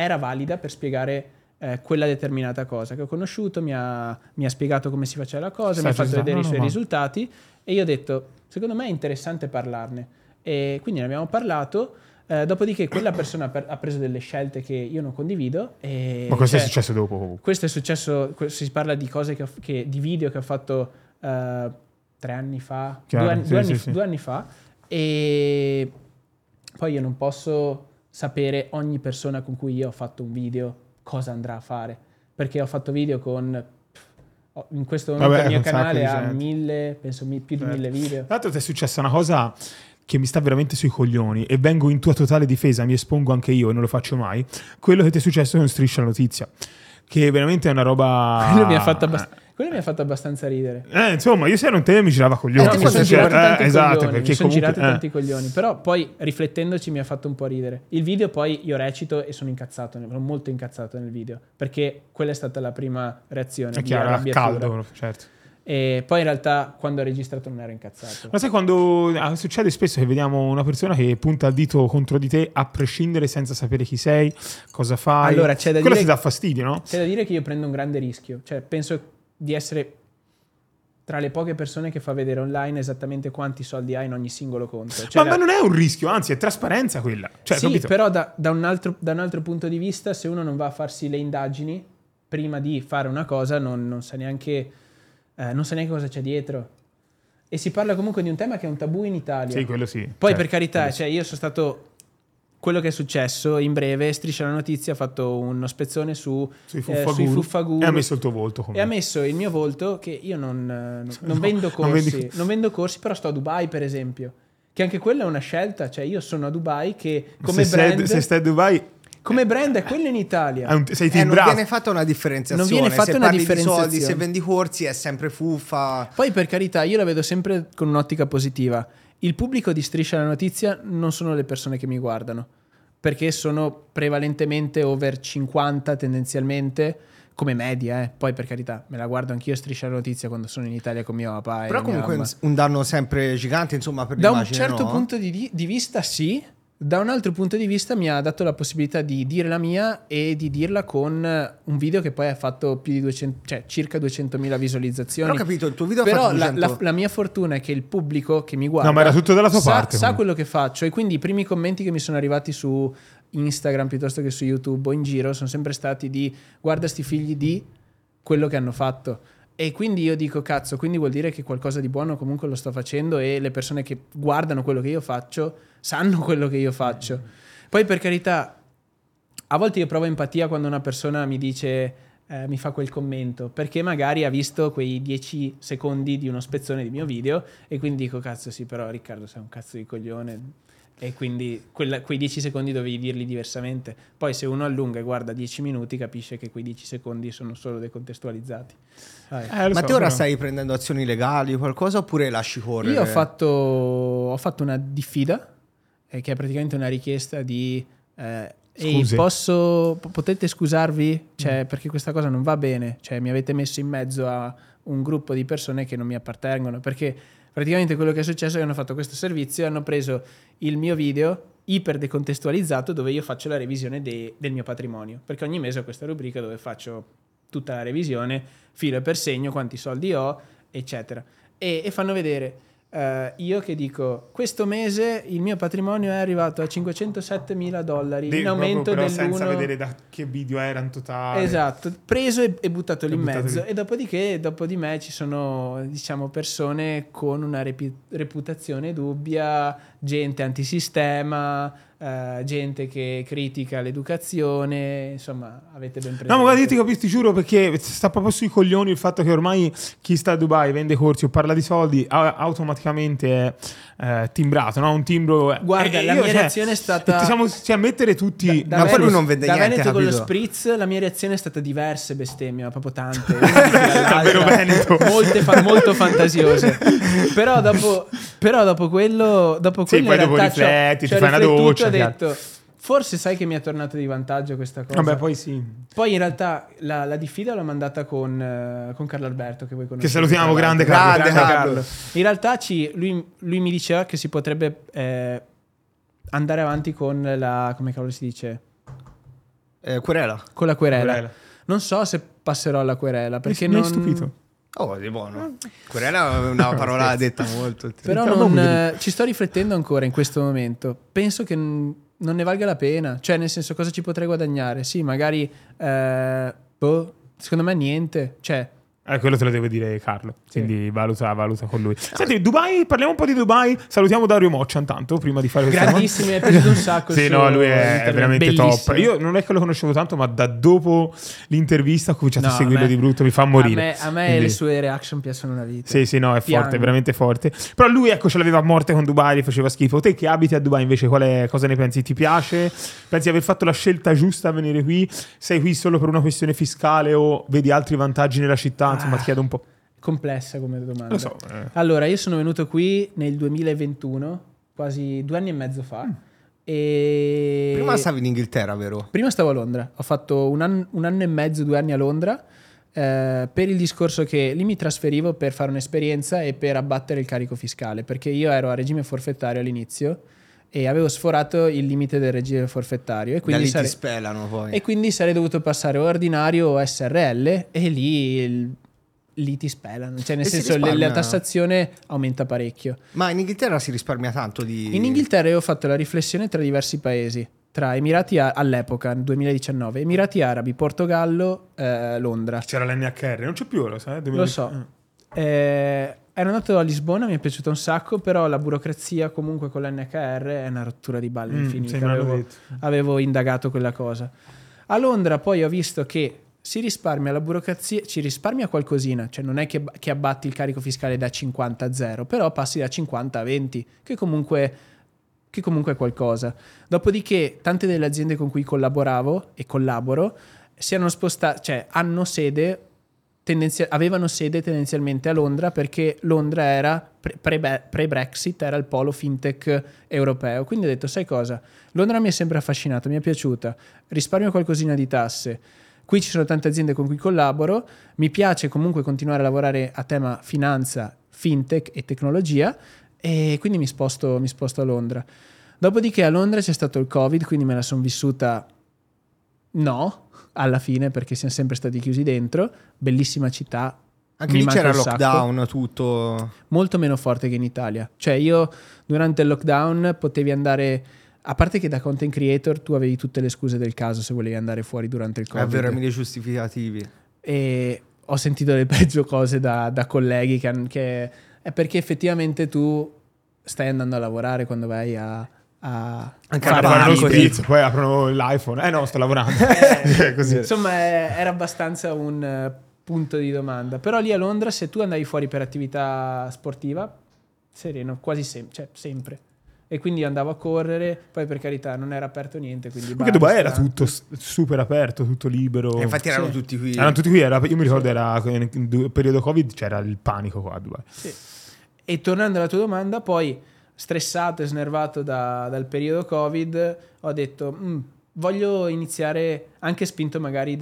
quella determinata cosa che ho conosciuto, mi ha spiegato come si faceva la cosa, mi ha fatto vedere i suoi risultati e io ho detto, secondo me è interessante parlarne. E quindi ne abbiamo parlato, dopodiché quella persona ha preso delle scelte che io non condivido. Ma questo è successo dopo comunque? Questo è successo, si parla di cose di video che ho fatto 3 anni fa, 2 anni fa, e poi io non posso sapere ogni persona con cui io ho fatto un video cosa andrà a fare, perché ho fatto video in questo momento il mio canale ha 1000, penso più di 1000 video. Tra l'altro ti è successa una cosa che mi sta veramente sui coglioni e vengo in tua totale difesa, mi espongo anche io e non lo faccio mai, quello che ti è successo con Striscia la Notizia, che veramente è una roba... Quello mi ha fatto abbastanza ridere. Insomma, io se ero te mi girava coglioni. Mi sono girati tanti coglioni. Però poi, riflettendoci, mi ha fatto un po' ridere. Il video poi io recito e sono incazzato, sono molto incazzato nel video, perché quella è stata la prima reazione. È chiaro, era caldo, certo. E poi in realtà quando ho registrato non ero incazzato. Ma sai quando succede spesso che vediamo una persona che punta il dito contro di te a prescindere, senza sapere chi sei, cosa fai. Allora c'è da quello dire, ti dà fastidio, no? C'è da dire che io prendo un grande rischio. Cioè penso di essere tra le poche persone che fa vedere online esattamente quanti soldi hai in ogni singolo conto. Cioè, ma non è un rischio, anzi è trasparenza quella. Cioè, sì, capito? però da un altro punto di vista, se uno non va a farsi le indagini prima di fare una cosa, non sa neanche cosa c'è dietro. E si parla comunque di un tema che è un tabù in Italia. Sì, quello sì. Poi per carità, cioè, io sono stato... Quello che è successo, in breve, Striscia la Notizia ha fatto uno spezzone sui Fuffaguru. E ha messo il tuo volto. E ha messo il mio volto, che io non vendo corsi. Non vendo corsi, però sto a Dubai, per esempio. Che anche quella è una scelta. Cioè, io sono a Dubai che come brand... Se stai a Dubai... Come brand è quello in Italia. Non viene fatta una differenziazione. Non viene fatta se una parli differenziazione. di soldi, se vendi corsi è sempre fuffa. Poi per carità, io la vedo sempre con un'ottica positiva. Il pubblico di Striscia la Notizia non sono le persone che mi guardano, perché sono prevalentemente over 50 tendenzialmente, come media. Poi per carità, me la guardo anch'io Striscia la Notizia quando sono in Italia con mio papà. Però comunque è un danno sempre gigante, insomma, per da l'immagine, un certo punto di vista sì. Da un altro punto di vista mi ha dato la possibilità di dire la mia e di dirla con un video che poi ha fatto più di 200, cioè circa 200.000 visualizzazioni. Però ho capito, il tuo video però ha fatto la mia fortuna è che il pubblico che mi guarda... No, ma era tutto dalla tua parte. Sa quello che faccio, e quindi i primi commenti che mi sono arrivati su Instagram piuttosto che su YouTube o in giro sono sempre stati di guarda sti figli di quello che hanno fatto. E quindi io dico cazzo, quindi vuol dire che qualcosa di buono comunque lo sto facendo e le persone che guardano quello che io faccio sanno quello che io faccio. Poi per carità, a volte io provo empatia quando una persona mi dice mi fa quel commento, perché magari ha visto quei 10 secondi di uno spezzone di mio video e quindi dico cazzo sì, però Riccardo sei un cazzo di coglione. E quindi quei 10 secondi dovevi dirli diversamente. Poi se uno allunga e guarda 10 minuti capisce che quei 10 secondi sono solo decontestualizzati. Ma te ora stai prendendo azioni legali o qualcosa oppure lasci correre? Io ho fatto una diffida, che è praticamente una richiesta di potete scusarvi? Cioè, perché questa cosa non va bene. Cioè, mi avete messo in mezzo a un gruppo di persone che non mi appartengono, perché praticamente quello che è successo è che hanno fatto questo servizio e hanno preso il mio video iper decontestualizzato dove io faccio la revisione del mio patrimonio, perché ogni mese ho questa rubrica dove faccio tutta la revisione filo e per segno, quanti soldi ho, eccetera, e fanno vedere io che dico, questo mese il mio patrimonio è arrivato a $507.000 in aumento però dell'1. senza vedere da che video era in totale. Esatto, preso e buttato lì in buttato mezzo. lì. E dopodiché, dopo di me ci sono, diciamo, persone con una reputazione dubbia, gente antisistema, gente che critica l'educazione, insomma, avete ben presente. No, ma guarda, io ti capisco, ti giuro, perché sta proprio sui coglioni il fatto che ormai chi sta a Dubai vende corsi o parla di soldi automaticamente è timbrato, no? Un timbro. Guarda, la mia reazione è stata. Possiamo mettere tutti. Ma poi lui non vende da niente, Veneto con lo capito? spritz, la mia reazione è stata diverse bestemmie, ma proprio tante. Davvero Veneto. Molto fantasiose. Però dopo quello. Sì, poi in dopo realtà rifletti, ci ti ho fai una riflettuto, doccia, ho detto. Forse sai che mi è tornato di vantaggio questa cosa. Vabbè, poi sì. Poi in realtà la diffida l'ho mandata con Carlo Alberto, che voi conoscete. Che salutiamo, tra l'altro. grande Carlo. Carlo. In realtà lui mi diceva che si potrebbe andare avanti con la, come cavolo si dice? Querela. Con la querela. Querela. Non so se passerò alla querela, perché mi hai non... stupito. Oh, è buono. Querela è una parola detta molto. Però non, ci sto riflettendo ancora in questo momento. Penso che non ne valga la pena. Cioè, nel senso, cosa ci potrei guadagnare? Sì, magari... secondo me niente. Cioè... Quello te lo deve dire Carlo, Sì. quindi valuta con lui. Senti, Dubai, parliamo un po' di Dubai. Salutiamo Dario Moccia intanto, prima di fare questa Grandissimo, mi è piaciuto un sacco. Sì, il no, suo lui è intervento. veramente Bellissimo. top. Io non è che lo conoscevo tanto, ma da dopo l'intervista ho cominciato No, a seguirlo a me- di brutto, mi fa morire. A me Quindi- le sue reaction piacciono una vita. Sì, no, è forte, Piango. è veramente forte. Però lui, ecco, ce l'aveva a morte con Dubai, gli faceva schifo. Te che abiti a Dubai invece, cosa ne pensi? Ti piace? Pensi di aver fatto la scelta giusta a venire qui? Sei qui solo per una questione fiscale o vedi altri vantaggi nella città? Insomma, ti chiedo un po'. Complessa come domanda. Lo so. Allora, io sono venuto qui nel 2021, quasi 2 anni e mezzo fa. E Prima stavi in Inghilterra, vero? Prima stavo a Londra. Ho fatto un anno e mezzo, 2 anni a Londra. Per il discorso che lì mi trasferivo per fare un'esperienza e per abbattere il carico fiscale, perché io ero a regime forfettario all'inizio e avevo sforato il limite del regime forfettario e Da quindi, lì ti spelano poi. e quindi sarei dovuto passare o ordinario o SRL e lì ti spelano, cioè nel E si senso risparmia. la tassazione aumenta parecchio. Ma in Inghilterra si risparmia tanto di... In Inghilterra io ho fatto la riflessione tra diversi paesi, tra Emirati all'epoca, nel 2019, Emirati Arabi, Portogallo, Londra. C'era l'NHR, non c'è più, lo sai? Lo so. Ero andato a Lisbona, mi è piaciuto un sacco, però la burocrazia comunque con l'NHR è una rottura di balle infinita. sì, me l'hanno detto. Avevo indagato quella cosa. A Londra poi ho visto che si risparmia la burocrazia, ci risparmia qualcosina, cioè non è che abbatti il carico fiscale da 50 a 0, però passi da 50 a 20, che comunque è qualcosa. Dopodiché tante delle aziende con cui collaboravo e collaboro si hanno spostato, cioè hanno sede avevano sede tendenzialmente a Londra, perché Londra era pre-Brexit, era il polo fintech europeo. Quindi ho detto, sai cosa? Londra mi è sempre affascinato, mi è piaciuta, risparmio qualcosina di tasse. Qui ci sono tante aziende con cui collaboro, mi piace comunque continuare a lavorare a tema finanza, fintech e tecnologia, e quindi mi sposto a Londra. Dopodiché a Londra c'è stato il Covid, quindi me la sono vissuta alla fine, perché siamo sempre stati chiusi dentro. Bellissima città. Anche mi lì manca c'era un sacco. lockdown, tutto... Molto meno forte che in Italia. Cioè io durante il lockdown potevi andare, a parte che da content creator tu avevi tutte le scuse del caso se volevi andare fuori durante il Covid. È vero, i giustificativi. E ho sentito le peggio cose da colleghi che è perché effettivamente tu stai andando a lavorare quando vai a Anche Fare a lo Bali, spritz, poi aprono l'iPhone. No, sto lavorando. Così. Insomma, era abbastanza un punto di domanda. Però lì a Londra, se tu andavi fuori per attività sportiva, sereno, quasi sempre. E quindi andavo a correre, poi per carità non era aperto niente. Quindi Perché Dubai era tutto super aperto, tutto libero. E infatti erano Sì. tutti qui. Erano tutti qui, io mi ricordo era in periodo Covid c'era il panico qua a Dubai. Sì. E tornando alla tua domanda, poi stressato e snervato dal periodo Covid, ho detto voglio iniziare, anche spinto magari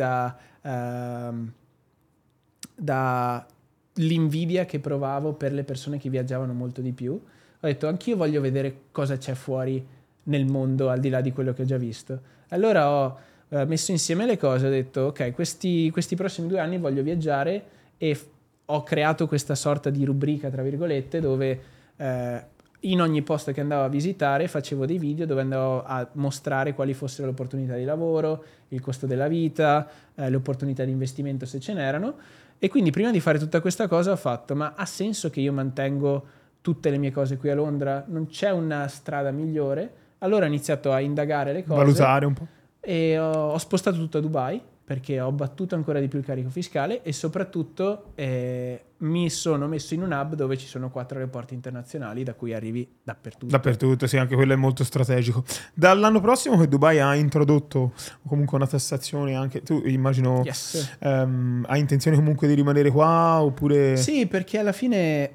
da l'invidia che provavo per le persone che viaggiavano molto di più. Ho detto anch'io voglio vedere cosa c'è fuori nel mondo al di là di quello che ho già visto. Allora ho messo insieme le cose, ho detto ok, questi prossimi 2 anni voglio viaggiare, e ho creato questa sorta di rubrica tra virgolette dove in ogni posto che andavo a visitare facevo dei video dove andavo a mostrare quali fossero le opportunità di lavoro, il costo della vita, le opportunità di investimento se ce n'erano. E quindi prima di fare tutta questa cosa ho fatto, ma ha senso che io mantengo tutte le mie cose qui a Londra? Non c'è una strada migliore? Allora ho iniziato a indagare le cose. Valutare un po'. E ho spostato tutto a Dubai perché ho abbattuto ancora di più il carico fiscale e soprattutto mi sono messo in un hub dove ci sono 4 aeroporti internazionali da cui arrivi dappertutto. Dappertutto, sì, anche quello è molto strategico. Dall'anno prossimo che Dubai ha introdotto comunque una tassazione anche, tu immagino Yes. hai intenzione comunque di rimanere qua oppure... Sì, perché alla fine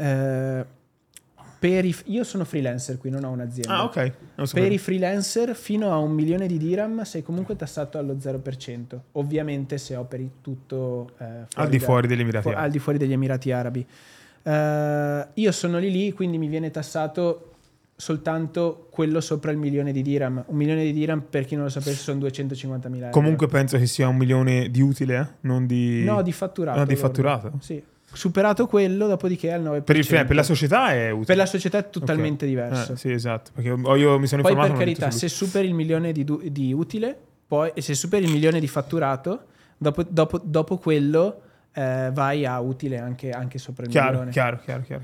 io sono freelancer qui, non ho un'azienda. Ah, ok. Non Per sapevo. i freelancer fino a 1 milione di dirham sei comunque tassato allo 0%. Ovviamente se operi tutto Al di fuori degli Emirati al di fuori degli Emirati Arabi. Io sono lì, quindi mi viene tassato soltanto quello sopra il 1 milione di dirham. 1 milione di dirham, per chi non lo sapesse, sono 250.000 euro. Comunque penso che sia 1 milione di utile, non di... No, di fatturato. No, di lordo. fatturato? Sì. Superato quello, dopodiché al 9%. Per la società è utile. Per la società è totalmente Ok. diverso. Sì, esatto. Perché io mi sono Poi informato. per carità, se superi il 1 milione di utile, poi se superi il 1 milione di fatturato, dopo quello vai a utile anche sopra il milione. Chiaro.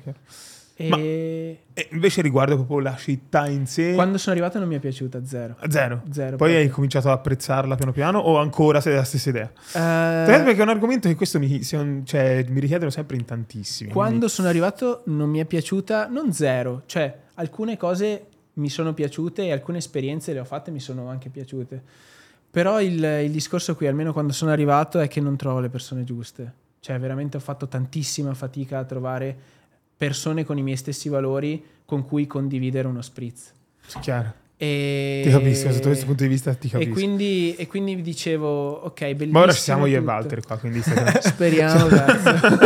E Ma- E invece riguardo proprio la città in sé... quando sono arrivato non mi è piaciuta, zero. Zero. Zero Poi proprio. hai cominciato ad apprezzarla piano piano o ancora sei della stessa idea? Perché è un argomento che questo mi richiedono sempre in tantissimi. Quando sono arrivato non mi è piaciuta, non zero, cioè alcune cose mi sono piaciute e alcune esperienze le ho fatte e mi sono anche piaciute. Però il discorso qui, almeno quando sono arrivato, è che non trovo le persone giuste. Cioè veramente ho fatto tantissima fatica a trovare persone con i miei stessi valori con cui condividere uno spritz. Chiaro. E... Ti capisco, sotto questo punto di vista ti capisco. E quindi dicevo, ok, bellissimo. Ma ora ci siamo io e tutto. Walter qua, quindi Speriamo, cazzo.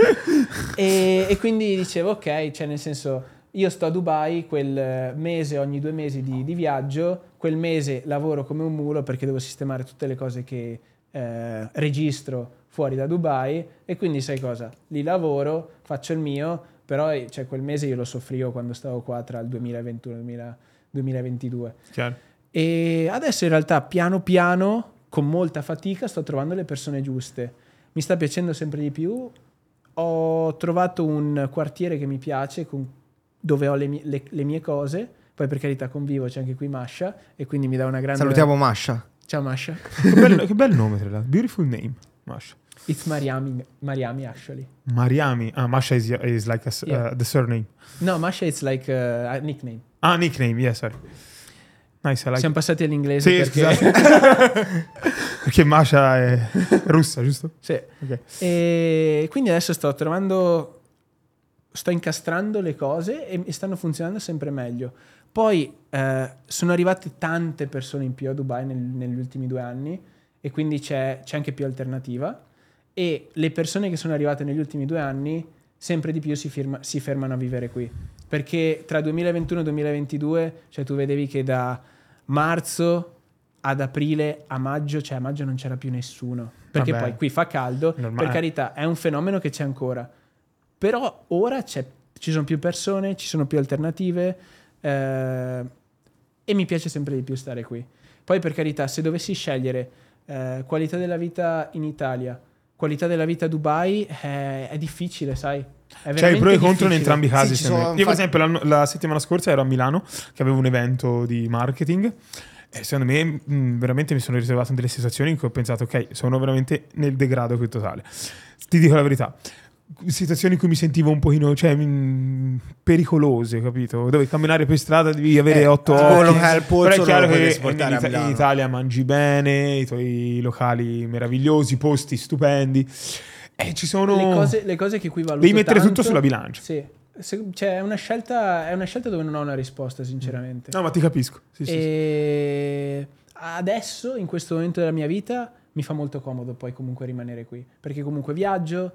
e quindi dicevo, ok, cioè nel senso, io sto a Dubai quel mese, ogni 2 mesi di viaggio, quel mese lavoro come un mulo perché devo sistemare tutte le cose che registro fuori da Dubai e quindi sai cosa? Lì lavoro, faccio il mio, però cioè, quel mese io lo soffrivo quando stavo qua tra il 2021 e il 2022. Chiaro. E adesso in realtà piano piano, con molta fatica, sto trovando le persone giuste. Mi sta piacendo sempre di più. Ho trovato un quartiere che mi piace, dove ho le mie cose. Poi per carità convivo, c'è anche qui Masha e quindi mi dà una grande... Salutiamo Masha. Ciao Masha. Che bel nome, tra l'altro. Beautiful name, Masha. It's Mariami actually. Mariami. Ah, Masha is like Yeah. the surname. No, Masha it's like a nickname. Ah, nickname, yeah, sorry. Nice, I like Siamo passati all'inglese Sì, perché... scusate. Perché Masha è russa, giusto? Sì. Ok. E quindi adesso sto incastrando le cose e stanno funzionando sempre meglio. Poi sono arrivate tante persone in più a Dubai negli ultimi 2 anni e quindi c'è anche più alternativa e le persone che sono arrivate negli ultimi 2 anni sempre di più si fermano a vivere qui, perché tra 2021 e 2022 cioè tu vedevi che da marzo ad aprile a maggio, cioè a maggio non c'era più nessuno, perché Vabbè. poi qui fa caldo, Normale. per carità è un fenomeno che c'è ancora, però ora ci sono più persone, ci sono più alternative e mi piace sempre di più stare qui. Poi per carità, se dovessi scegliere qualità della vita in Italia, qualità della vita a Dubai, è difficile, sai? È C'è i pro e i contro in difficile. entrambi i casi. Sì, ci secondo sono, me. Io, per infatti- esempio, la settimana scorsa ero a Milano, che avevo un evento di marketing. E secondo me, veramente mi sono riservato delle situazioni in cui ho pensato, ok, sono veramente nel degrado più totale. Ti dico la verità. Situazioni in cui mi sentivo un pochino, cioè, pericolose, capito? Dove camminare per strada devi avere 8 quello occhi. che ha il polso Però è chiaro non lo puoi che esportare a in Milano. Italia mangi bene, i tuoi locali meravigliosi, posti stupendi. E ci sono... Le cose che qui valuto Devi mettere tanto, tutto sulla bilancia. Sì. Cioè è una scelta dove non ho una risposta, sinceramente. No, ma ti capisco. Sì, sì, sì. E adesso, in questo momento della mia vita, mi fa molto comodo poi comunque rimanere qui, perché comunque viaggio,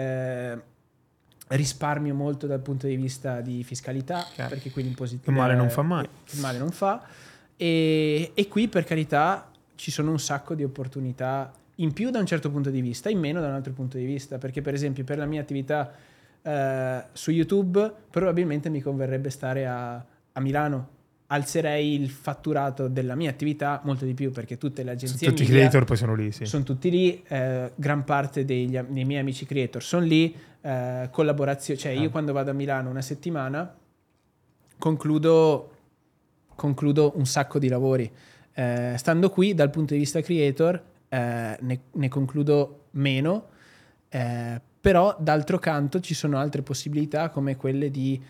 risparmio molto dal punto di vista di fiscalità, Chiaro. perché qui l'imposizione Che male non fa mai. il male non fa, e qui per carità ci sono un sacco di opportunità in più da un certo punto di vista, in meno da un altro punto di vista, perché per esempio per la mia attività su YouTube, probabilmente mi converrebbe stare a Milano. Alzerei il fatturato della mia attività molto di più, perché tutte le agenzie Tutti i media creator poi sono lì, sì. sono tutti lì, gran parte dei miei amici creator sono lì, collaborazioni, cioè io quando vado a Milano una settimana concludo un sacco di lavori. Stando qui dal punto di vista creator ne concludo meno, però d'altro canto ci sono altre possibilità come quelle di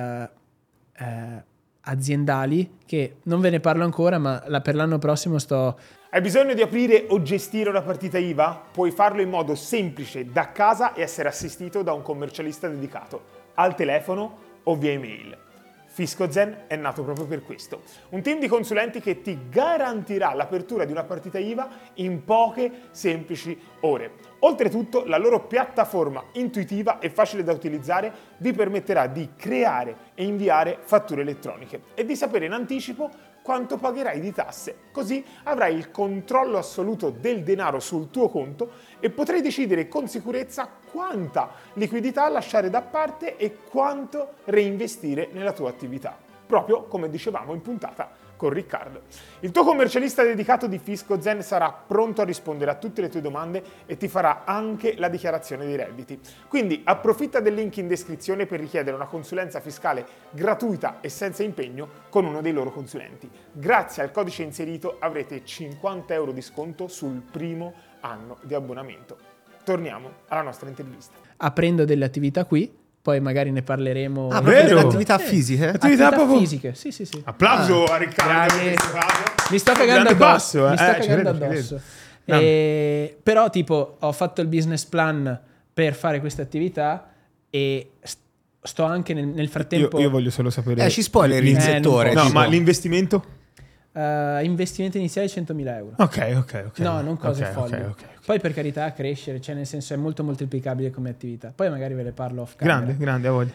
aziendali, che non ve ne parlo ancora, ma per l'anno prossimo Hai bisogno di aprire o gestire una partita IVA? Puoi farlo in modo semplice da casa e essere assistito da un commercialista dedicato, al telefono o via email. FiscoZen è nato proprio per questo. Un team di consulenti che ti garantirà l'apertura di una partita IVA in poche semplici ore. Oltretutto, la loro piattaforma intuitiva e facile da utilizzare vi permetterà di creare e inviare fatture elettroniche e di sapere in anticipo quanto pagherai di tasse. Così avrai il controllo assoluto del denaro sul tuo conto e potrai decidere con sicurezza quanta liquidità lasciare da parte e quanto reinvestire nella tua attività. Proprio come dicevamo in puntata con Riccardo. Il tuo commercialista dedicato di FiscoZen sarà pronto a rispondere a tutte le tue domande e ti farà anche la dichiarazione dei redditi. Quindi approfitta del link in descrizione per richiedere una consulenza fiscale gratuita e senza impegno con uno dei loro consulenti. Grazie al codice inserito avrete 50 euro di sconto sul primo anno di abbonamento. Torniamo alla nostra intervista. aprendo delle attività qui. Poi magari ne parleremo. Ah, proprio vero? delle attività fisiche? Attività proprio- fisiche, sì. Applauso a Riccardo. Grazie. in questo caso. Mi sto cagando Grande addosso. passo, Mi sto ci cagando credo, ci addosso. credo. Però, tipo, ho fatto il business plan per fare questa attività e sto anche nel frattempo. Io voglio solo sapere. Ci spoileri il non settore. posso. No, tipo. ma l'investimento? Investimento iniziale 100.000 euro. Ok. No, non cose Ok, folli. ok. Poi per carità crescere, cioè nel senso è molto moltiplicabile come attività. Poi magari ve le parlo off camera. Grande, a voglia.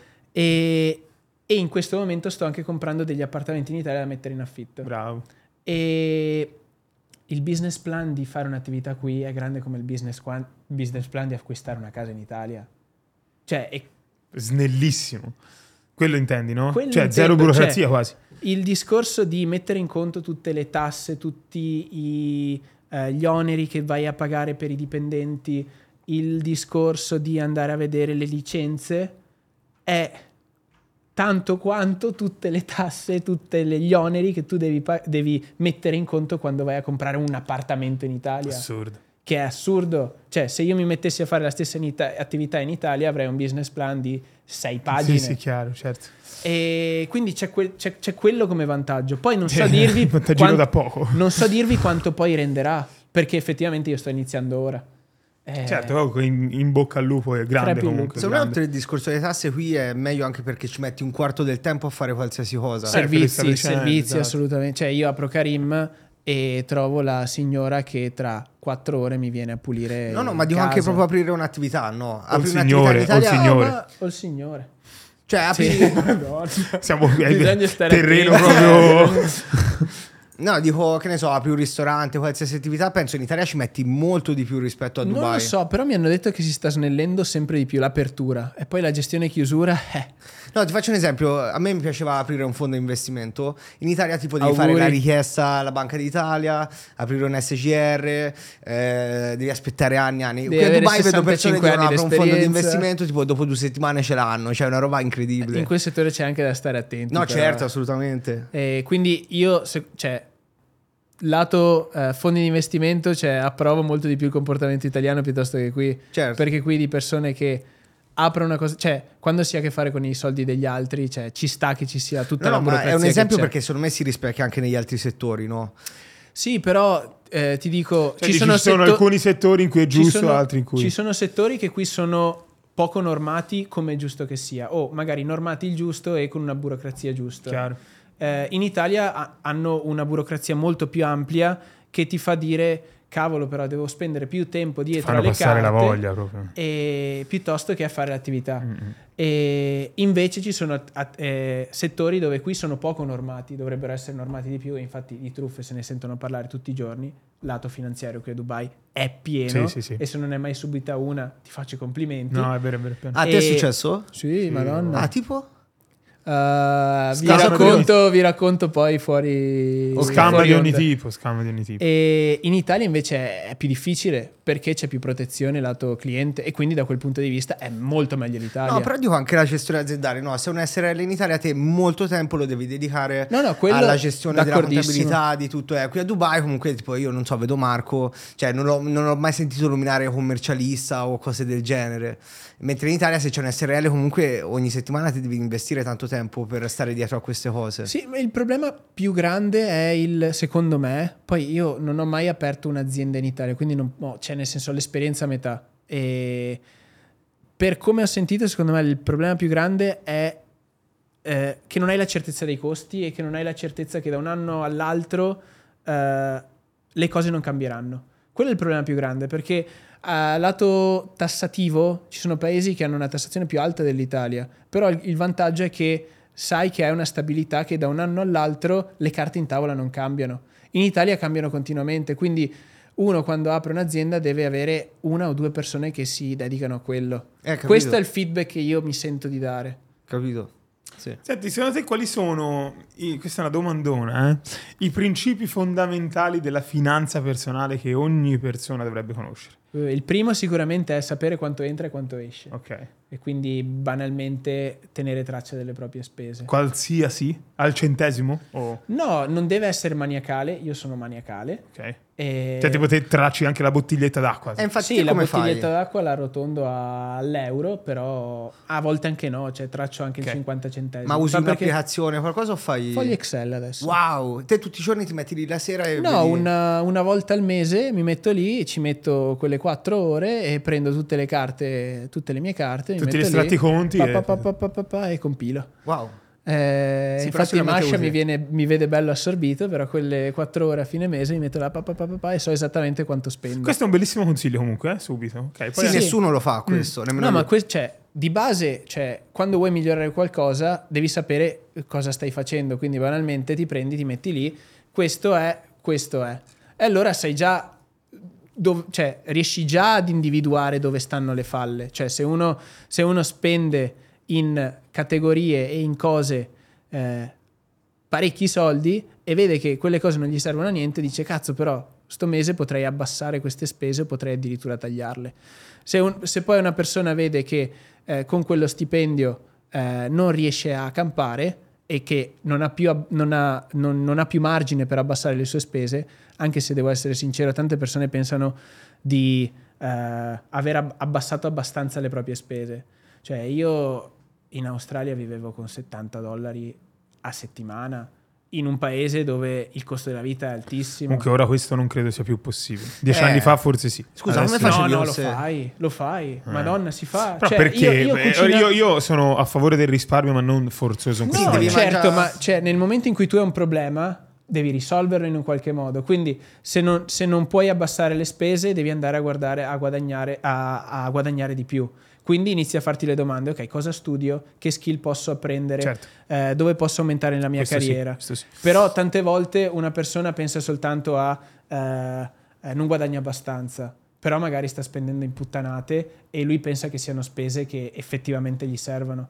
E in questo momento sto anche comprando degli appartamenti in Italia da mettere in affitto. Bravo. E il business plan di fare un'attività qui è grande come il business plan di acquistare una casa in Italia. Cioè, Snellissimo. Quello intendi, no? Quello Cioè, zero intendo, burocrazia cioè, quasi. il discorso di mettere in conto tutte le tasse, tutti gli oneri che vai a pagare per i dipendenti, il discorso di andare a vedere le licenze è tanto quanto tutte le tasse, tutti gli oneri che tu devi mettere in conto quando vai a comprare un appartamento in Italia. Assurdo. Che è assurdo. Cioè, se io mi mettessi a fare la stessa attività in Italia avrei un business plan di 6 pagine. Sì, chiaro, certo. E quindi c'è quello come vantaggio. Poi non so dirvi Vantaggino da poco. non so dirvi quanto poi renderà, perché effettivamente io sto iniziando ora. Certo, comunque in bocca al lupo è grande Crepi il comunque. Secondo me grande. il discorso delle tasse qui è meglio anche perché ci metti un quarto del tempo a fare qualsiasi cosa. Servizi, esatto. assolutamente. Cioè io apro Karim e trovo la signora che tra 4 ore mi viene a pulire No, ma dico casa. anche proprio aprire un'attività, no? O il Apri signore, un'attività in o il Italia, signore. O il signore. Cioè, apri... Sì. Siamo Bisogna stare terreno attenti. proprio. No, dico, che ne so, apri un ristorante, qualsiasi attività, penso in Italia ci metti molto di più rispetto a Dubai. Non lo so, però mi hanno detto che si sta snellendo sempre di più l'apertura e poi la gestione e chiusura. No, ti faccio un esempio. A me mi piaceva aprire un fondo investimento. In Italia tipo devi Auguri. fare la richiesta alla Banca d'Italia, aprire un SGR, devi aspettare anni. Devi Qui a avere Dubai vedo persone 65 che anni aprono un fondo di d'esperienza. investimento, tipo dopo 2 settimane ce l'hanno. Cioè è una roba incredibile. In quel settore c'è anche da stare attenti. No, però. certo, assolutamente. Quindi io, lato fondi di investimento, approvo molto di più il comportamento italiano piuttosto che qui. Certo. Perché qui di persone che aprono una cosa, cioè quando si ha a che fare con i soldi degli altri, ci sta che ci sia tutta No, la ma burocrazia è un esempio che c'è. perché secondo me si rispecchia anche negli altri settori, no? Sì, però ti dico, Cioè, ci sono alcuni settori in cui è giusto, altri in cui... Ci sono settori che qui sono poco normati, come è giusto che sia, o magari normati il giusto e con una burocrazia giusta. Chiaro. In Italia hanno una burocrazia molto più ampia che ti fa dire cavolo, però devo spendere più tempo dietro Fanno alle passare carte la voglia proprio. piuttosto che a fare l'attività. E invece ci sono settori dove qui sono poco normati, dovrebbero essere normati di più, e infatti di truffe se ne sentono parlare tutti i giorni. Lato finanziario qui a Dubai è pieno, Sì. e se non ne hai mai subita una ti faccio i complimenti. No, è vero, è pieno. A te è successo? Sì, madonna. Ah, tipo? Vi racconto poi fuori. Scambio fuori di ogni onda. tipo. E in Italia invece è più difficile perché c'è più protezione lato cliente, e quindi da quel punto di vista è molto meglio l'Italia. No, però dico anche la gestione aziendale. No, se un SRL in Italia te molto tempo lo devi dedicare quello alla gestione della d'accordissimo. contabilità, di tutto. Qui a Dubai comunque tipo io non so, vedo Marco, cioè non ho mai sentito nominare commercialista o cose del genere. Mentre in Italia se c'è un SRL comunque ogni settimana ti devi investire tanto tempo per stare dietro a queste cose. Sì, ma il problema più grande è secondo me, poi io non ho mai aperto un'azienda in Italia, quindi cioè nel senso l'esperienza a metà. E per come ho sentito, secondo me il problema più grande è che non hai la certezza dei costi e che non hai la certezza che da un anno all'altro le cose non cambieranno. Quello è il problema più grande, perché lato tassativo ci sono paesi che hanno una tassazione più alta dell'Italia, però il vantaggio è che sai che hai una stabilità, che da un anno all'altro le carte in tavola non cambiano. In Italia cambiano continuamente, quindi uno quando apre un'azienda deve avere una o due persone che si dedicano a quello. Questo è il feedback che io mi sento di dare. Capito? Sì. Senti, secondo te quali sono, questa è una domandona, i principi fondamentali della finanza personale che ogni persona dovrebbe conoscere? Il primo sicuramente è sapere quanto entra e quanto esce. Ok. E quindi banalmente tenere traccia delle proprie spese. Qualsiasi? Al centesimo? No, non deve essere maniacale. Io sono maniacale. Ok. E... Cioè tipo te tracci anche la bottiglietta d'acqua. Infatti sì, la come bottiglietta fai? d'acqua la arrotondo all'euro, però a volte anche no, cioè traccio anche il 50 centesimi. Ma usi Ma perché un'applicazione, qualcosa o fai? fogli Excel adesso. Wow, te tutti i giorni ti metti lì la sera e No, vedi... una volta al mese mi metto lì, ci metto quelle 4 ore e prendo tutte le carte, tutte le mie carte, Tutti mi gli metto estratti lì, conti e compilo. Wow. Infatti sicuramente Masha utile. mi vede bello assorbito, però quelle 4 ore a fine mese mi metto là e so esattamente quanto spendo. Questo è un bellissimo consiglio comunque, subito. Okay, poi Sì, nessuno lo fa questo. No, ma cioè, di base, cioè, quando vuoi migliorare qualcosa devi sapere cosa stai facendo, quindi banalmente ti prendi, ti metti lì, questo è. E allora sai già, cioè, riesci già ad individuare dove stanno le falle. Cioè se uno spende in categorie e in cose parecchi soldi e vede che quelle cose non gli servono a niente, dice cazzo, però sto mese potrei abbassare queste spese, potrei addirittura tagliarle. Se poi una persona vede che con quello stipendio non riesce a campare e che non ha più margine per abbassare le sue spese, anche se devo essere sincero, tante persone pensano di aver abbassato abbastanza le proprie spese. Cioè io in Australia vivevo con $70 a settimana in un paese dove il costo della vita è altissimo. Comunque ora questo non credo sia più possibile. 10 anni fa forse sì. Scusa, adesso come facevi? No, lo fai. Madonna, si fa. Però cioè, perché? io Io sono a favore del risparmio, ma non forzoso. In Sì, No, devi certo, mangiare- ma cioè, nel momento in cui tu hai un problema devi risolverlo in un qualche modo. Quindi se non puoi abbassare le spese devi andare a guadagnare di più. Quindi inizi a farti le domande: ok, cosa studio? Che skill posso apprendere? Certo. Dove posso aumentare la mia Questo sì, carriera? questo sì. Però tante volte una persona pensa soltanto a non guadagna abbastanza, però magari sta spendendo in puttanate e lui pensa che siano spese che effettivamente gli servono.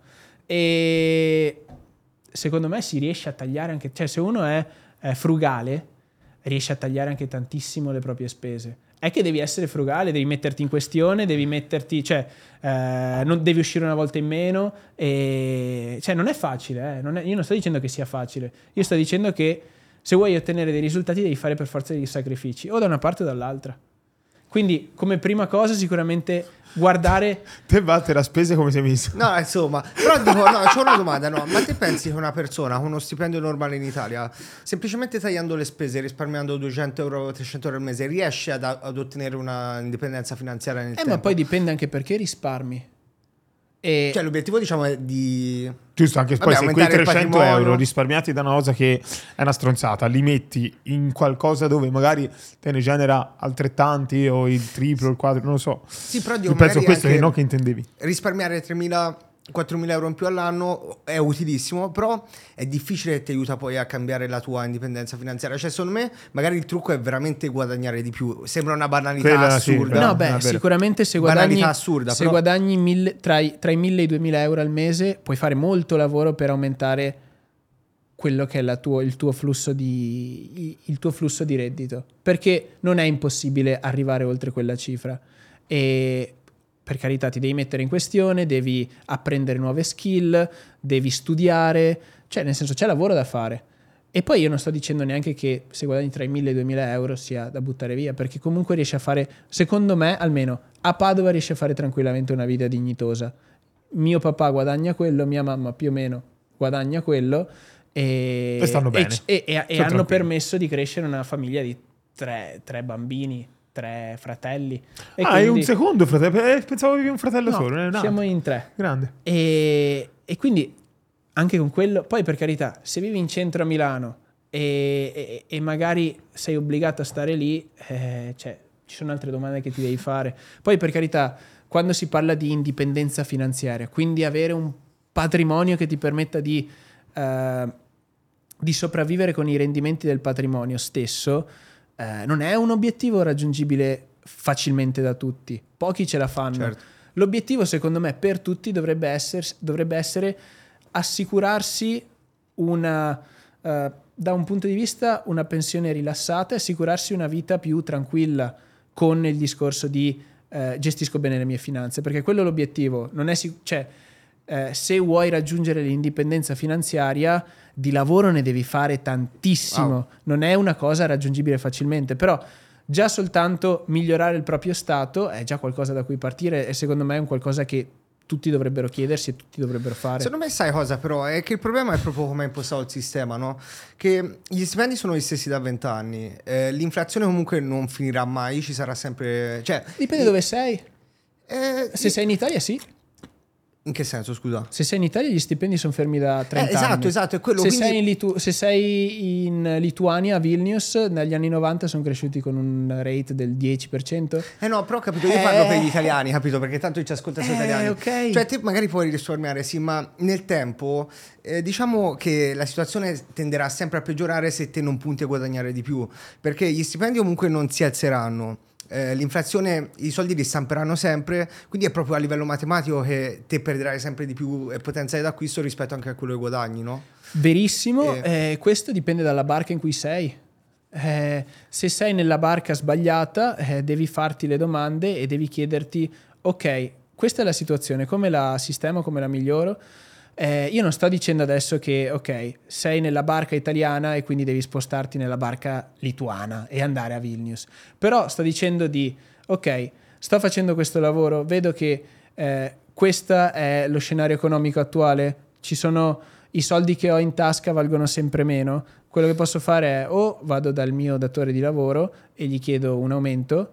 E secondo me si riesce a tagliare anche, cioè se uno è frugale riesce a tagliare anche tantissimo le proprie spese. È che devi essere frugale, devi metterti in questione, non devi uscire una volta in meno, e cioè non è facile, io non sto dicendo che sia facile, io sto dicendo che se vuoi ottenere dei risultati devi fare per forza degli sacrifici, o da una parte o dall'altra. Quindi come prima cosa sicuramente guardare. Te battere a spese come sei messo? No, insomma, però dico, no, c'ho una domanda, no, ma te pensi che una persona con uno stipendio normale in Italia, semplicemente tagliando le spese, risparmiando 200 euro, 300 euro al mese, riesce ad ottenere una indipendenza finanziaria nel tempo? Ma poi dipende anche perché risparmi. E Cioè l'obiettivo diciamo è di... Giusto, anche poi se quei aumentare il 300 patrimonio. euro risparmiati da una cosa che è una stronzata, li metti in qualcosa dove magari te ne genera altrettanti o il triplo, il quadro, non lo so. Sì, però dico, Io penso magari questo anche che non che intendevi. risparmiare 4.000 euro in più all'anno è utilissimo, però è difficile che ti aiuta poi a cambiare la tua indipendenza finanziaria. Cioè, secondo me, magari il trucco è veramente guadagnare di più. Sembra una banalità Quella sì, assurda. però- no, è beh, vero. sicuramente se Banalità guadagni, assurda, se però- guadagni tra i 1.000 e i 2.000 euro al mese, puoi fare molto lavoro per aumentare quello che è il tuo flusso di reddito, perché non è impossibile arrivare oltre quella cifra. E per carità, ti devi mettere in questione, devi apprendere nuove skill, devi studiare, cioè nel senso c'è lavoro da fare. E poi io non sto dicendo neanche che se guadagni tra i 1.000 e i 2.000 euro sia da buttare via, perché comunque riesci a fare, secondo me almeno a Padova riesci a fare tranquillamente una vita dignitosa. Mio papà guadagna quello, mia mamma più o meno guadagna quello e stanno bene. e Sono hanno tranquilli. permesso di crescere una famiglia di tre bambini, 3 fratelli. E Hai un quindi- secondo fratello? Pensavo avevi un fratello No, solo. No. siamo in 3. Grande. E quindi anche con quello, poi per carità, se vivi in centro a Milano e magari sei obbligato a stare lì, cioè, ci sono altre domande che ti devi fare. Poi per carità, quando si parla di indipendenza finanziaria, quindi avere un patrimonio che ti permetta di sopravvivere con i rendimenti del patrimonio stesso, non è un obiettivo raggiungibile facilmente da tutti. Pochi ce la fanno. Certo. L'obiettivo, secondo me, per tutti dovrebbe essere assicurarsi da un punto di vista una pensione rilassata e assicurarsi una vita più tranquilla con il discorso di gestisco bene le mie finanze, perché quello è l'obiettivo. Non è se vuoi raggiungere l'indipendenza finanziaria, di lavoro ne devi fare tantissimo. Wow. Non è una cosa raggiungibile facilmente, però già soltanto migliorare il proprio stato è già qualcosa da cui partire e secondo me è un qualcosa che tutti dovrebbero chiedersi e tutti dovrebbero fare. Secondo me sai cosa però? È che il problema è proprio come è impostato il sistema, no? Che gli stipendi sono gli stessi da 20 anni, l'inflazione comunque non finirà mai, ci sarà sempre... Cioè, Dipende dove sei. Se sei in Italia sì. In che senso, scusa? Se sei in Italia gli stipendi sono fermi da 30 anni. Esatto, è quello. Se, Quindi... se sei in Lituania, a Vilnius, negli anni 90 sono cresciuti con un rate del 10%. No, però ho capito, io parlo per gli italiani, capito? Perché tanto ci ascolta solo italiani. Ok. Cioè te magari puoi risparmiare, sì, ma nel tempo diciamo che la situazione tenderà sempre a peggiorare se te non punti a guadagnare di più, perché gli stipendi comunque non si alzeranno. L'inflazione, i soldi li stamperanno sempre, quindi è proprio a livello matematico che te perderai sempre di più potenziale d'acquisto rispetto anche a quello che guadagni, no? Verissimo, questo dipende dalla barca in cui sei. Se sei nella barca sbagliata, devi farti le domande e devi chiederti, ok, questa è la situazione, come la sistemo, come la miglioro? Io non sto dicendo adesso che, ok, sei nella barca italiana e quindi devi spostarti nella barca lituana e andare a Vilnius. Però sto dicendo ok, sto facendo questo lavoro, vedo che questo è lo scenario economico attuale, ci sono i soldi che ho in tasca valgono sempre meno. Quello che posso fare è o vado dal mio datore di lavoro e gli chiedo un aumento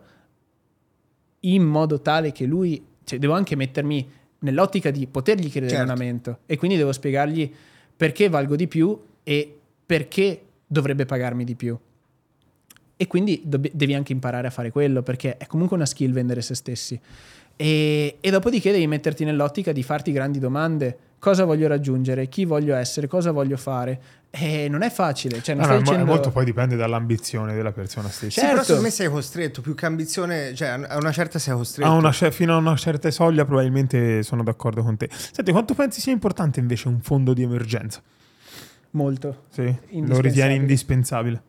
in modo tale che lui, cioè devo anche mettermi nell'ottica di potergli chiedere un aumento e quindi devo spiegargli perché valgo di più e perché dovrebbe pagarmi di più. E quindi devi anche imparare a fare quello, perché è comunque una skill vendere se stessi. E dopodiché devi metterti nell'ottica di farti grandi domande. Cosa voglio raggiungere? Chi voglio essere? Cosa voglio fare? E non è facile. Cioè, non sto dicendo... Molto poi dipende dall'ambizione della persona stessa. Sì, però Certo. secondo me sei costretto, più che ambizione, cioè a una certa sei costretto. Fino a una certa soglia probabilmente sono d'accordo con te. Senti, quanto pensi sia importante invece un fondo di emergenza? Molto. Sì, lo ritieni indispensabile?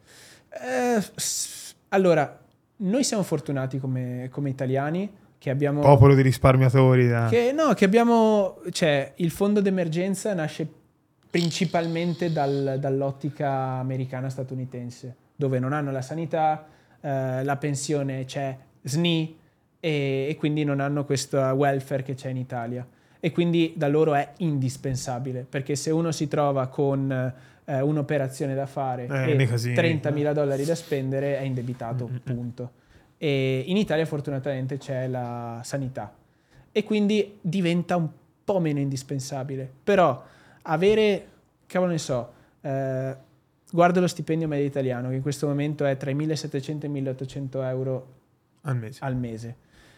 Allora, noi siamo fortunati come italiani che abbiamo... Popolo di risparmiatori. Che abbiamo... Cioè, il fondo d'emergenza nasce principalmente dall'ottica americana statunitense, dove non hanno la sanità, la pensione c'è SNI e quindi non hanno questo welfare che c'è in Italia. E quindi da loro è indispensabile, perché se uno si trova con un'operazione da fare e $30.000 da spendere è indebitato, punto. E in Italia fortunatamente c'è la sanità e quindi diventa un po' meno indispensabile. Però avere, cavolo ne so, guardo lo stipendio medio italiano, che in questo momento è tra i 1.700 e i 1.800 euro al mese.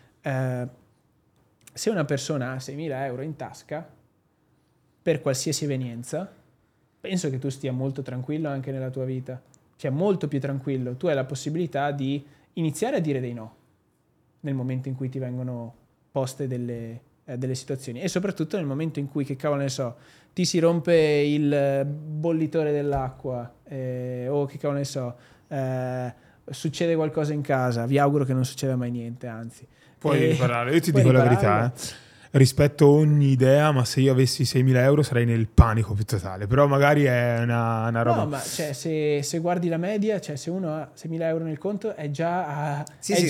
Se una persona ha 6.000 euro in tasca, per qualsiasi evenienza, penso che tu stia molto tranquillo anche nella tua vita. Cioè molto più tranquillo. Tu hai la possibilità di iniziare a dire dei no nel momento in cui ti vengono poste delle situazioni, e soprattutto nel momento in cui, che cavolo ne so, ti si rompe il bollitore dell'acqua, o che cavolo ne so, succede qualcosa in casa. Vi auguro che non succeda mai niente, anzi. Puoi riparare. Io ti dico la verità, rispetto ogni idea, ma se io avessi 6.000 euro sarei nel panico più totale. Però magari è una roba. No, ma cioè, se guardi la media, cioè se uno ha 6.000 euro nel conto è già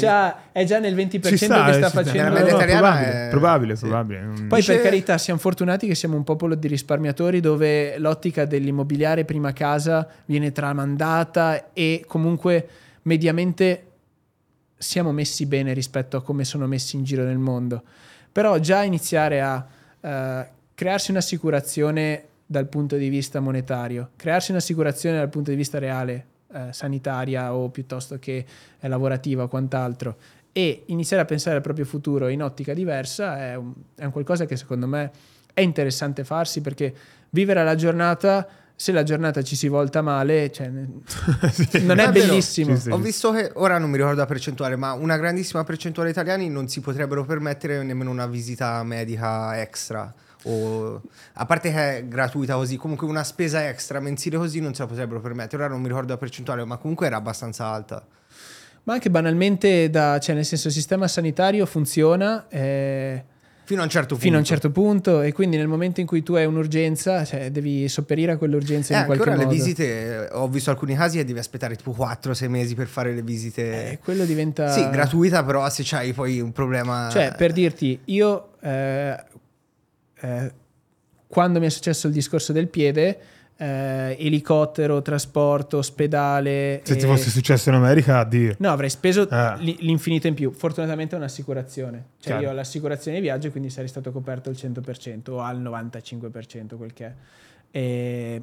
nel 20% che sta facendo. La media italiana probabile. Poi per carità, siamo fortunati che siamo un popolo di risparmiatori, dove l'ottica dell'immobiliare prima casa viene tramandata, e comunque mediamente siamo messi bene rispetto a come sono messi in giro nel mondo. Però già iniziare a crearsi un'assicurazione dal punto di vista monetario, crearsi un'assicurazione dal punto di vista reale, sanitaria o piuttosto che lavorativa o quant'altro, e iniziare a pensare al proprio futuro in ottica diversa è un qualcosa che secondo me è interessante farsi, perché vivere la giornata, se la giornata ci si volta male, cioè, non è bellissimo. Ho visto che, ora non mi ricordo la percentuale, ma una grandissima percentuale di italiani non si potrebbero permettere nemmeno una visita medica extra, o a parte che è gratuita così, comunque una spesa extra mensile così non se la potrebbero permettere. Ora non mi ricordo la percentuale, ma comunque era abbastanza alta. Ma anche banalmente, cioè nel senso, il sistema sanitario funziona fino a un certo punto, e quindi nel momento in cui tu hai un'urgenza, cioè devi sopperire a quell'urgenza in qualche modo. Le visite, ho visto alcuni casi che devi aspettare tipo 4-6 mesi per fare le visite. Quello diventa... Sì, gratuita, però se c'hai poi un problema... Cioè, per dirti, io quando mi è successo il discorso del piede, elicottero, trasporto, ospedale. Se ti fosse successo in America, addio. No, avrei speso l'infinito in più. Fortunatamente ho un'assicurazione. Cioè, Chiaro. io ho l'assicurazione di viaggio, quindi sarei stato coperto al 100% o al 95%, quel che è. E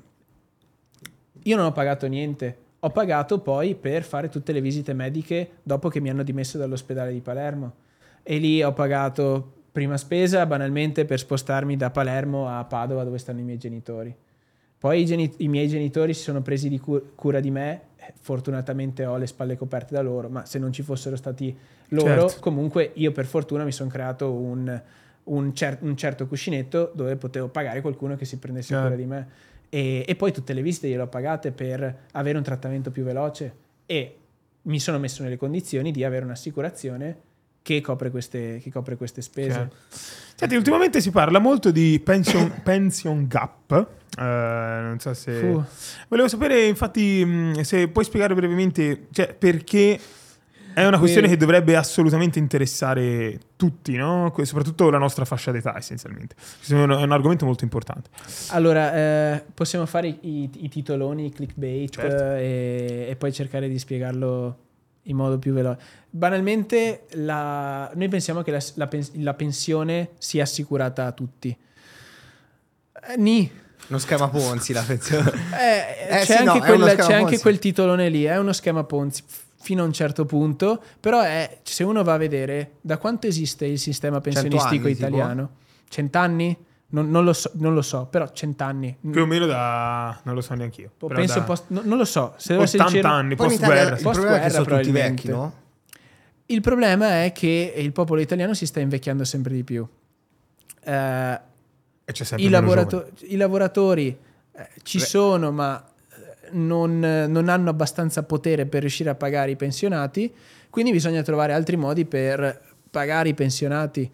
io non ho pagato niente. Ho pagato poi per fare tutte le visite mediche dopo che mi hanno dimesso dall'ospedale di Palermo. E lì ho pagato prima spesa banalmente per spostarmi da Palermo a Padova, dove stanno i miei genitori. Poi i miei genitori si sono presi di cura di me, fortunatamente ho le spalle coperte da loro, ma se non ci fossero stati loro, certo, comunque io per fortuna mi sono creato un certo cuscinetto dove potevo pagare qualcuno che si prendesse cura di me. E poi tutte le visite gliele ho pagate per avere un trattamento più veloce, e mi sono messo nelle condizioni di avere un'assicurazione che copre queste spese. Chiaro. Senti, ultimamente si parla molto di pension gap. Non so se... Volevo sapere, infatti, se puoi spiegare brevemente, cioè, perché è una questione che dovrebbe assolutamente interessare tutti, no? Soprattutto la nostra fascia d'età, essenzialmente. È un argomento molto importante. Allora, possiamo fare i titoloni, i clickbait, certo, e poi cercare di spiegarlo in modo più veloce. Banalmente, noi pensiamo che la pensione sia assicurata a tutti. Uno schema Ponzi la pensione. C'è anche quel titolone lì, è uno schema Ponzi fino a un certo punto, però se uno va a vedere da quanto esiste il sistema pensionistico italiano, 100 anni? Non lo so, però 100 anni. Più o meno non lo so neanche io. Penso non lo so. Se 80 anni, post-guerra. Il problema è che sono tutti vecchi, no? Il problema è che il popolo italiano si sta invecchiando sempre di più. E c'è sempre I lavoratori ci sono, ma non hanno abbastanza potere per riuscire a pagare i pensionati, quindi bisogna trovare altri modi per pagare i pensionati.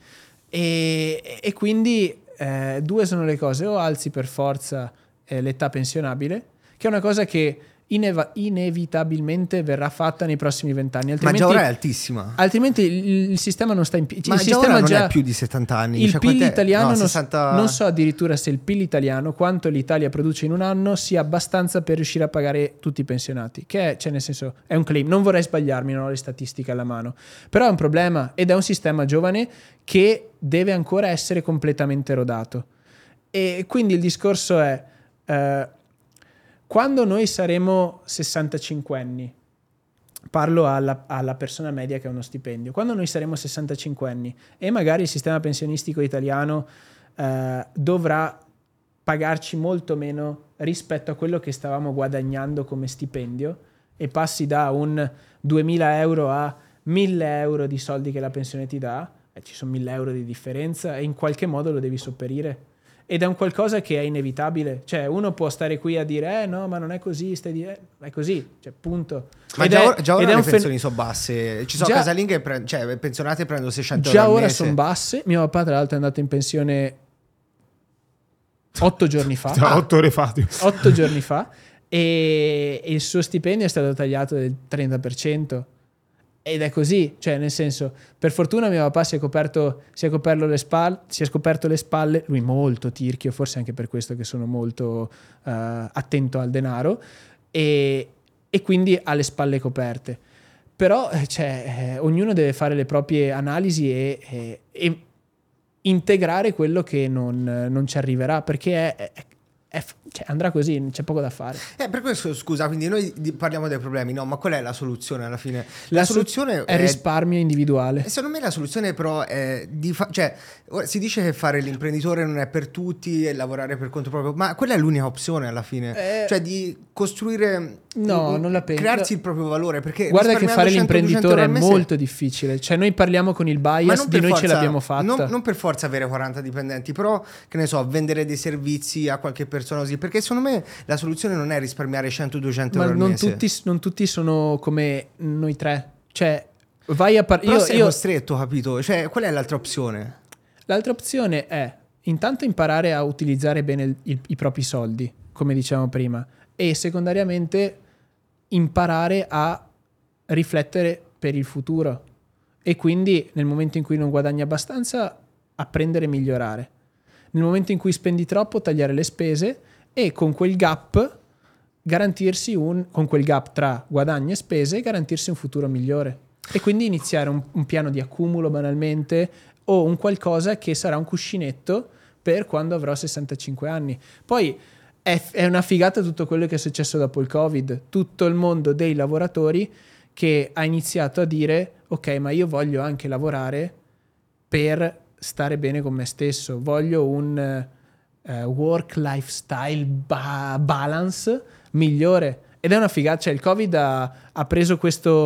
E quindi due sono le cose: o alzi per forza l'età pensionabile, che è una cosa che inevitabilmente verrà fatta nei prossimi 20 anni. Ma già ora è altissima. Altrimenti il sistema non sta in piedi. Ma il già sistema ora non già è più di 70 anni. Il PIL italiano no, 60... non so addirittura se il PIL italiano, quanto l'Italia produce in un anno, sia abbastanza per riuscire a pagare tutti i pensionati. Che è, cioè nel senso, è un claim. Non vorrei sbagliarmi, non ho le statistiche alla mano. Però è un problema ed è un sistema giovane che deve ancora essere completamente rodato. E quindi il discorso è... quando noi saremo 65 anni, parlo alla persona media che ha uno stipendio, quando noi saremo 65 anni e magari il sistema pensionistico italiano dovrà pagarci molto meno rispetto a quello che stavamo guadagnando come stipendio e passi da un 2.000 euro a 1.000 euro di soldi che la pensione ti dà, ci sono 1.000 euro di differenza e in qualche modo lo devi sopperire. Ed è un qualcosa che è inevitabile. Cioè, uno può stare qui a dire no, ma non è così, è così, cioè, punto. Ma già ora le pensioni sono basse. Ci sono casalinghe, pensionate prendono 600 euro già al ora mese. sono basse. Mio papà, tra l'altro, è andato in pensione 8 giorni fa. 8 ore fa. 8 giorni fa. E il suo stipendio è stato tagliato del 30%. Ed è così, cioè nel senso, per fortuna mio papà si è scoperto le spalle, lui molto tirchio, forse anche per questo che sono molto attento al denaro, e quindi ha le spalle coperte. Però ognuno deve fare le proprie analisi e integrare quello che non ci arriverà, perché andrà così, c'è poco da fare. Per questo, scusa, quindi noi parliamo dei problemi, no? Ma qual è la soluzione alla fine? La soluzione è risparmio individuale. Secondo me la soluzione però è si dice che fare l'imprenditore non è per tutti e lavorare per conto proprio, ma quella è l'unica opzione alla fine, cioè di costruire, non la penso, crearsi il proprio valore, perché guarda che fare l'imprenditore è molto difficile, cioè noi parliamo con il bias di noi ce l'abbiamo fatta, non per forza avere 40 dipendenti, però che ne so, vendere dei servizi a qualche persona così, perché secondo me la soluzione non è risparmiare 100-200 euro al mese. Non tutti sono come noi tre, cioè vai a però sei costretto, capito? Cioè qual è l'altra opzione? L'altra opzione è intanto imparare a utilizzare bene i propri soldi, come dicevamo prima, e secondariamente imparare a riflettere per il futuro e quindi nel momento in cui non guadagni abbastanza apprendere a migliorare, nel momento in cui spendi troppo tagliare le spese e con quel gap garantirsi con quel gap tra guadagni e spese garantirsi un futuro migliore e quindi iniziare un piano di accumulo banalmente o un qualcosa che sarà un cuscinetto per quando avrò 65 anni. Poi è una figata tutto quello che è successo dopo il Covid, tutto il mondo dei lavoratori che ha iniziato a dire ok, ma io voglio anche lavorare per stare bene con me stesso, voglio un work-lifestyle balance migliore ed è una figata, cioè il Covid ha preso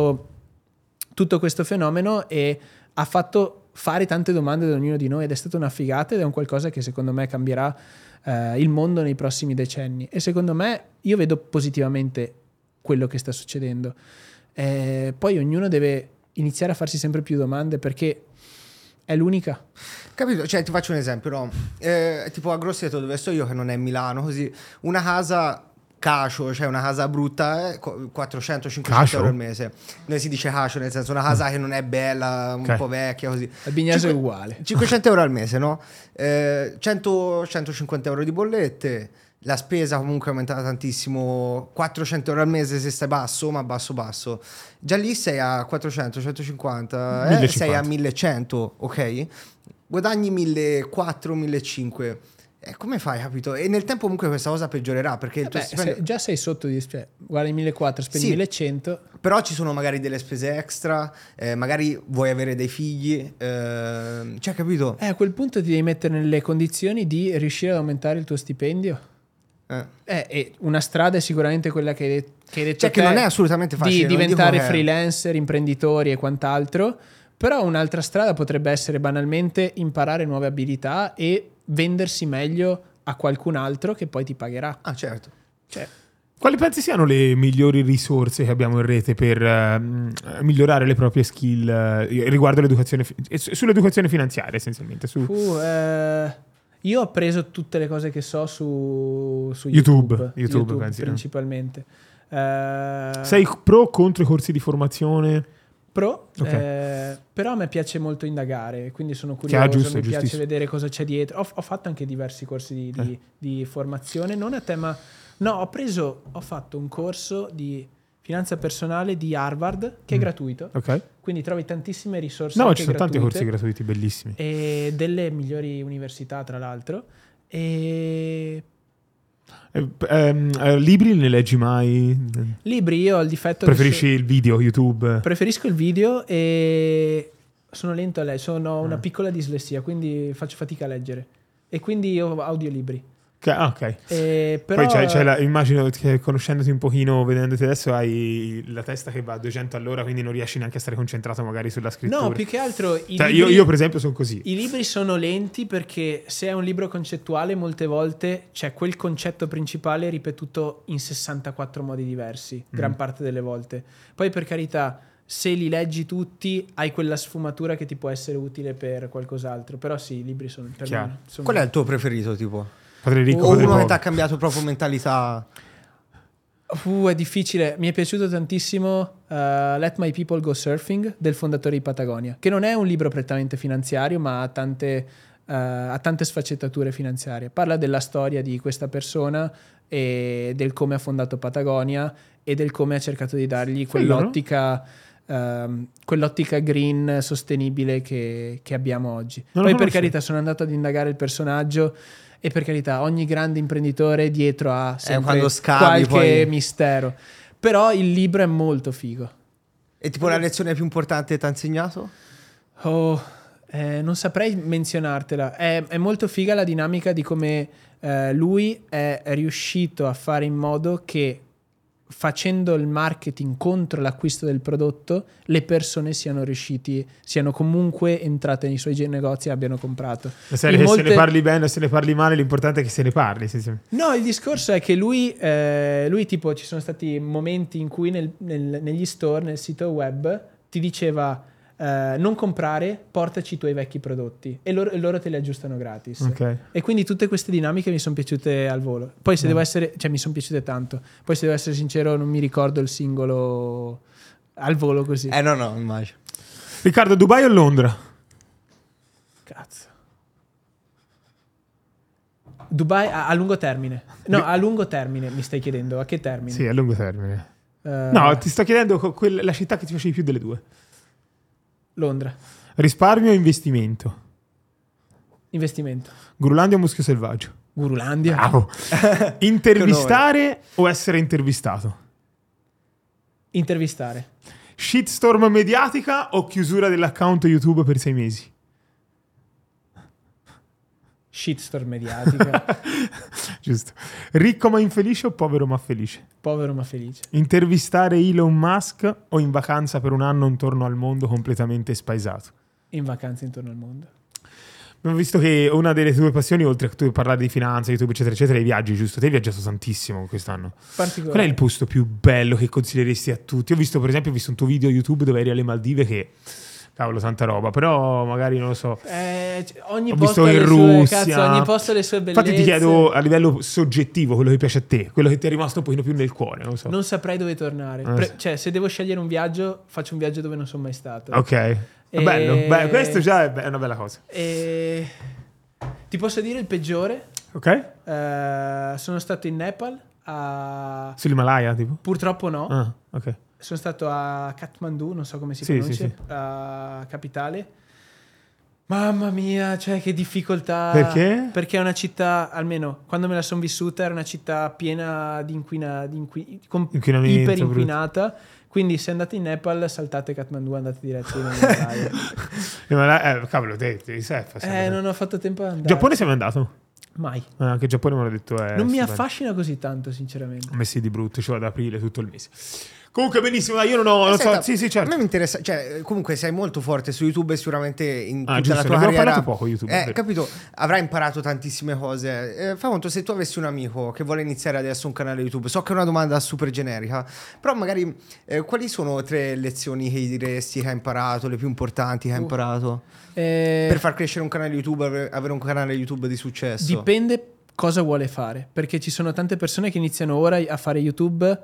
tutto questo fenomeno e ha fatto fare tante domande ad ognuno di noi ed è stata una figata ed è un qualcosa che secondo me cambierà il mondo nei prossimi decenni e secondo me io vedo positivamente quello che sta succedendo. Poi ognuno deve iniziare a farsi sempre più domande perché è l'unica. Capito? Cioè ti faccio un esempio, no? Tipo a Grosseto dove sto io, che non è Milano, così una casa cacio, cioè una casa brutta, 400-500 euro al mese. Noi si dice cacio, nel senso una casa che non è bella, un po' vecchia, così. A Bignese è uguale. 500 euro al mese, no? 100-150 euro di bollette. La spesa comunque è aumentata tantissimo, 400 euro al mese se stai basso, ma basso. Già lì sei a 400, 150, sei a 1100, ok? Guadagni 1400, 1500. Come fai, capito? E nel tempo comunque questa cosa peggiorerà perché il tuo stipendio... già sei sotto di guarda 1400, spendi 1100. Però ci sono magari delle spese extra, magari vuoi avere dei figli, cioè capito? A quel punto ti devi mettere nelle condizioni di riuscire ad aumentare il tuo stipendio. E una strada è sicuramente quella che hai detto, cioè che non è assolutamente facile di diventare freelancer, imprenditori e quant'altro, però un'altra strada potrebbe essere banalmente imparare nuove abilità e vendersi meglio a qualcun altro che poi ti pagherà. Certo. Cioè, quali pensi siano le migliori risorse che abbiamo in rete per migliorare le proprie skill riguardo l'educazione sull'educazione finanziaria essenzialmente? Io ho preso tutte le cose che so su YouTube principalmente. Sei pro o contro i corsi di formazione? Pro, Ok. però a me piace molto indagare, quindi sono curioso, giusto, mi piace giustissimo. vedere cosa c'è dietro. Ho fatto anche diversi corsi di formazione, non a tema... No, ho fatto un corso di finanza personale di Harvard, che è gratuito, Ok. quindi trovi tantissime risorse No, anche ci sono tanti gratuite, corsi gratuiti bellissimi. e delle migliori università, tra l'altro. E Libri ne leggi mai? libri, io ho il difetto Preferisci che il video, YouTube? preferisco il video e sono lento a leggere, ho una piccola dislessia, quindi faccio fatica a leggere. E quindi io ho audiolibri. Ok. Però Poi immagino che conoscendoti un pochino, vedendoti adesso, hai la testa che va a 200 all'ora, quindi non riesci neanche a stare concentrato magari sulla scrittura. no, più che altro Cioè, io per esempio sono così. i libri sono lenti perché se è un libro concettuale molte volte c'è quel concetto principale ripetuto in 64 modi diversi, gran parte delle volte. Poi per carità, se li leggi tutti hai quella sfumatura che ti può essere utile per qualcos'altro, però sì, i libri sono per Chiaro. me sono- Qual è il tuo preferito, tipo? Padre ricco, O padre uno che povero. ti ha cambiato proprio mentalità? È difficile. Mi è piaciuto tantissimo Let My People Go Surfing del fondatore di Patagonia, che non è un libro prettamente finanziario, ma ha tante sfaccettature finanziarie. Parla della storia di questa persona e del come ha fondato Patagonia e del come ha cercato di dargli quell'ottica green sostenibile che abbiamo oggi. Non lo Poi per conoscevo. carità sono andato ad indagare il personaggio e per carità ogni grande imprenditore dietro ha sempre quando scavi, qualche poi- mistero, però il libro è molto figo. E tipo la lezione più importante che ti ha insegnato? Non saprei menzionartela. È molto figa la dinamica di come lui è riuscito a fare in modo che facendo il marketing contro l'acquisto del prodotto le persone siano comunque entrate nei suoi negozi e abbiano comprato. La serie In che se molte- ne parli bene o se ne parli male, l'importante è che se ne parli. Sì. No, il discorso è che lui tipo ci sono stati momenti in cui negli store, nel sito web, ti diceva non comprare, portaci i tuoi vecchi prodotti e loro te li aggiustano gratis. Ok. E quindi tutte queste dinamiche mi sono piaciute al volo. Poi se devo essere, cioè mi sono piaciute tanto. Poi se devo essere sincero non mi ricordo il singolo al volo così. No, immagino. Riccardo, Dubai o Londra? Cazzo. Dubai a lungo termine. No, a lungo termine mi stai chiedendo. A che termine? Sì, a lungo termine. Eh, No, ti sto chiedendo la città che ti piace di più delle due. Londra. Risparmio o investimento? Investimento. Grulandia o Muschio Selvaggio? Gurulandia. Bravo. Intervistare o essere intervistato? Intervistare. Shitstorm mediatica o chiusura dell'account YouTube per 6 mesi? Shitstorm mediatica. Giusto. Ricco ma infelice o povero ma felice? Povero ma felice. Intervistare Elon Musk o in vacanza per un anno intorno al mondo completamente spaesato? In vacanza intorno al mondo. Abbiamo visto che una delle tue passioni, oltre a tu parlare di finanza, YouTube, eccetera, eccetera, è i viaggi, giusto? Te hai viaggiato tantissimo quest'anno. Particolare. Qual è il posto più bello che consiglieresti a tutti? Ho visto, per esempio, un tuo video YouTube dove eri alle Maldive che... Cavolo, tanta roba, però magari non lo so. Ogni Ho posto visto ha in le sue, Russia. cazzo, ogni posto ha le sue bellezze. Infatti ti chiedo a livello soggettivo quello che piace a te, quello che ti è rimasto un pochino più nel cuore, non lo so. Non saprei dove tornare. Sì. Cioè, se devo scegliere un viaggio, faccio un viaggio dove non sono mai stato. Ok. È bello. Beh, questo già è una bella cosa. Ti posso dire il peggiore? Ok? Sono stato in Nepal. Sull'Himalaya, tipo? Purtroppo no. Ah, ok. Sono stato a Kathmandu, non so come si Sì, pronuncia, sì. capitale. Mamma mia, cioè che difficoltà. Perché? Perché è una città, almeno quando me la sono vissuta, era una città piena di Inquinamento, iper inquinata. Quindi se andate in Nepal, saltate Kathmandu, andate diretti nell'Himalaya. Cavolo, te sei Non ho fatto tempo ad andare. Giappone sei mai andato? Mai. Anche il Giappone me l'ha detto. Non mi stupendo. affascina così tanto, sinceramente. A me sì, di brutto, ci vado ad aprile tutto il mese. Comunque benissimo, dai, io non ho... non Senta, so. Sì, certo. A me mi interessa, cioè, comunque sei molto forte su YouTube e sicuramente in tutta giusto, la ne tua abbiamo carriera. parlato poco YouTube, è vero. Capito? Avrai imparato tantissime cose. Fa conto se tu avessi un amico che vuole iniziare adesso un canale YouTube. So che è una domanda super generica, però magari quali sono 3 lezioni che diresti che hai imparato, le più importanti che hai imparato per far crescere un canale YouTube, avere un canale YouTube di successo? Dipende cosa vuole fare, perché ci sono tante persone che iniziano ora a fare YouTube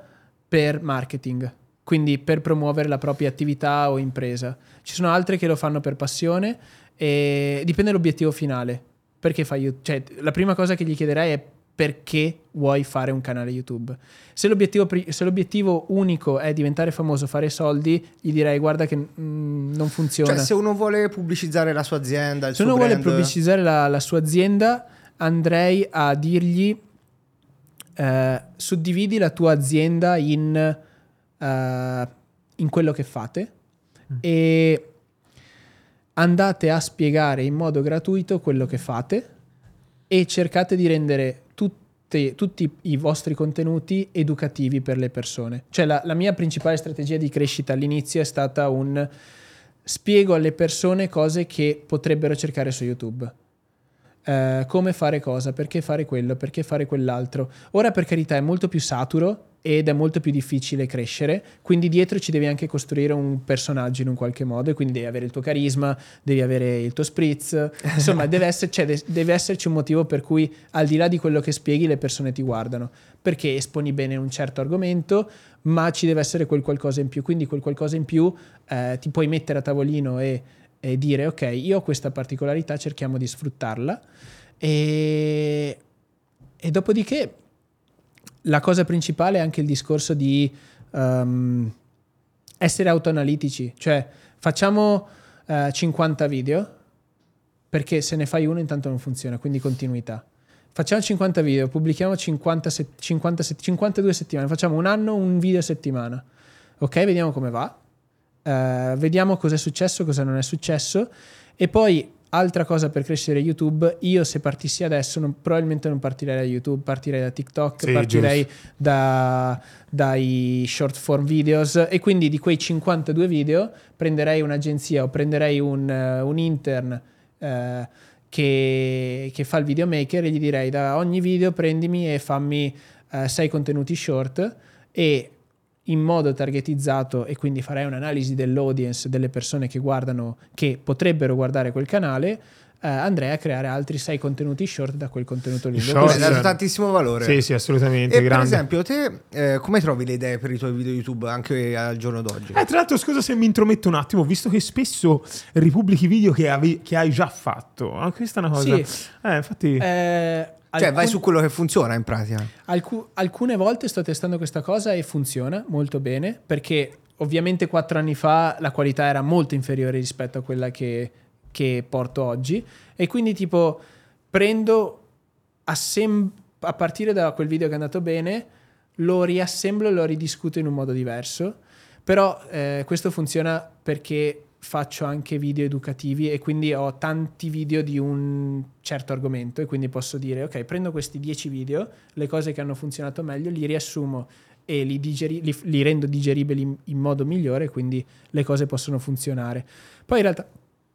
per marketing, quindi per promuovere la propria attività o impresa. Ci sono altre che lo fanno per passione e dipende dall'obiettivo finale. Perché fai YouTube? Cioè, la prima cosa che gli chiederei è perché vuoi fare un canale YouTube. Se l'obiettivo unico è diventare famoso, fare soldi, gli direi guarda che non funziona. Cioè, se uno vuole pubblicizzare la sua azienda, se uno vuole pubblicizzare la sua azienda, andrei a dirgli suddividi la tua azienda in quello che fate e andate a spiegare in modo gratuito quello che fate e cercate di rendere tutti i vostri contenuti educativi per le persone. Cioè la mia principale strategia di crescita all'inizio è stata spiego alle persone cose che potrebbero cercare su YouTube. Come fare cosa, perché fare quello, perché fare quell'altro. Ora per carità è molto più saturo ed è molto più difficile crescere, quindi dietro ci devi anche costruire un personaggio in un qualche modo e quindi devi avere il tuo carisma, devi avere il tuo spritz, insomma deve esserci un motivo per cui al di là di quello che spieghi le persone ti guardano, perché esponi bene un certo argomento, ma ci deve essere quel qualcosa in più, quindi quel qualcosa in più ti puoi mettere a tavolino e dire ok, io ho questa particolarità, cerchiamo di sfruttarla e dopodiché la cosa principale è anche il discorso di essere autoanalitici, cioè facciamo 50 video perché se ne fai uno intanto non funziona, quindi continuità. Facciamo 50 video, pubblichiamo 52 settimane, facciamo un anno, un video a settimana, ok, vediamo come va. Vediamo cosa è successo, cosa non è successo e poi altra cosa per crescere YouTube, io se partissi adesso probabilmente non partirei da YouTube, partirei da TikTok, sì, partirei dai short form videos e quindi di quei 52 video prenderei un'agenzia o prenderei un intern che fa il videomaker e gli direi da ogni video prendimi e fammi 6 contenuti short e in modo targetizzato e quindi farei un'analisi dell'audience delle persone che guardano, che potrebbero guardare quel canale, andrei a creare altri 6 contenuti short da quel contenuto lungo. Short dà tantissimo valore. Sì, assolutamente. E grande. per esempio te come trovi le idee per i tuoi video YouTube anche al giorno d'oggi? Tra l'altro scusa se mi intrometto un attimo, visto che spesso ripubblichi video che hai già fatto, questa è una cosa infatti cioè vai su quello che funziona in pratica. Alcune volte sto testando questa cosa e funziona molto bene, perché ovviamente 4 anni fa la qualità era molto inferiore rispetto a quella che porto oggi e quindi tipo prendo a partire da quel video che è andato bene, lo riassemblo e lo ridiscuto in un modo diverso, però questo funziona perché faccio anche video educativi e quindi ho tanti video di un certo argomento e quindi posso dire ok, prendo questi 10 video, le cose che hanno funzionato meglio, li riassumo e li rendo digeribili in modo migliore, quindi le cose possono funzionare. Poi in realtà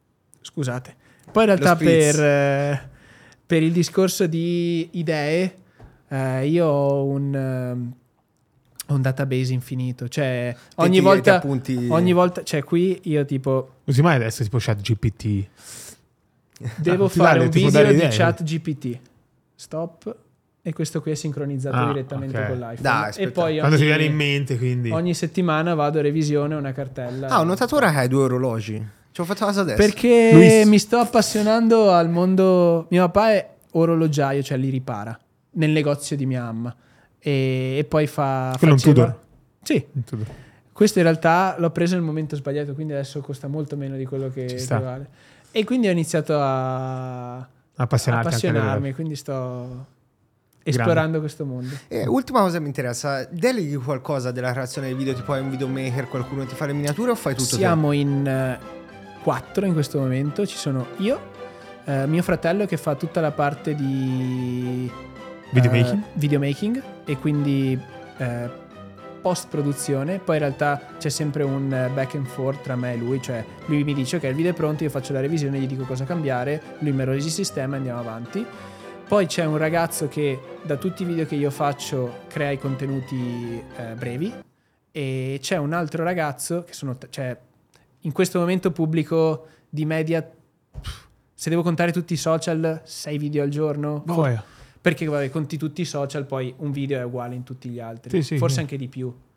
per il discorso di idee io ho un database infinito, cioè ogni volta, cioè qui io tipo usi mai adesso tipo ChatGPT? Devo fare un video di ChatGPT. Stop. E questo qui è sincronizzato direttamente con l'iPhone. Dai, e poi quando ti viene in mente, quindi ogni settimana vado a revisione una cartella. Ho notato ora che hai 2 orologi. Ci ho fatto caso adesso. Perché mi sto appassionando al mondo. Mio papà è orologiaio, cioè li ripara nel negozio di mia mamma. E poi quello un Tudor? Sì. Questo in realtà l'ho preso nel momento sbagliato, quindi adesso costa molto meno di quello che vale. E quindi ho iniziato a appassionarmi, quindi sto esplorando questo mondo. E ultima cosa mi interessa, deleghi qualcosa della creazione del video, tipo hai un videomaker, qualcuno ti fa le miniature o fai tutto? Siamo in 4 in questo momento, ci sono io, mio fratello che fa tutta la parte di videomaking e quindi post produzione, poi in realtà c'è sempre un back and forth tra me e lui, cioè lui mi dice ok il video è pronto, io faccio la revisione, gli dico cosa cambiare, lui me lo risistema e andiamo avanti. Poi c'è un ragazzo che da tutti i video che io faccio crea i contenuti brevi e c'è un altro ragazzo che cioè in questo momento pubblico di media, se devo contare tutti i social, 6 video al giorno. Perché vabbè, conti tutti i social, poi un video è uguale in tutti gli altri. Forse anche di più.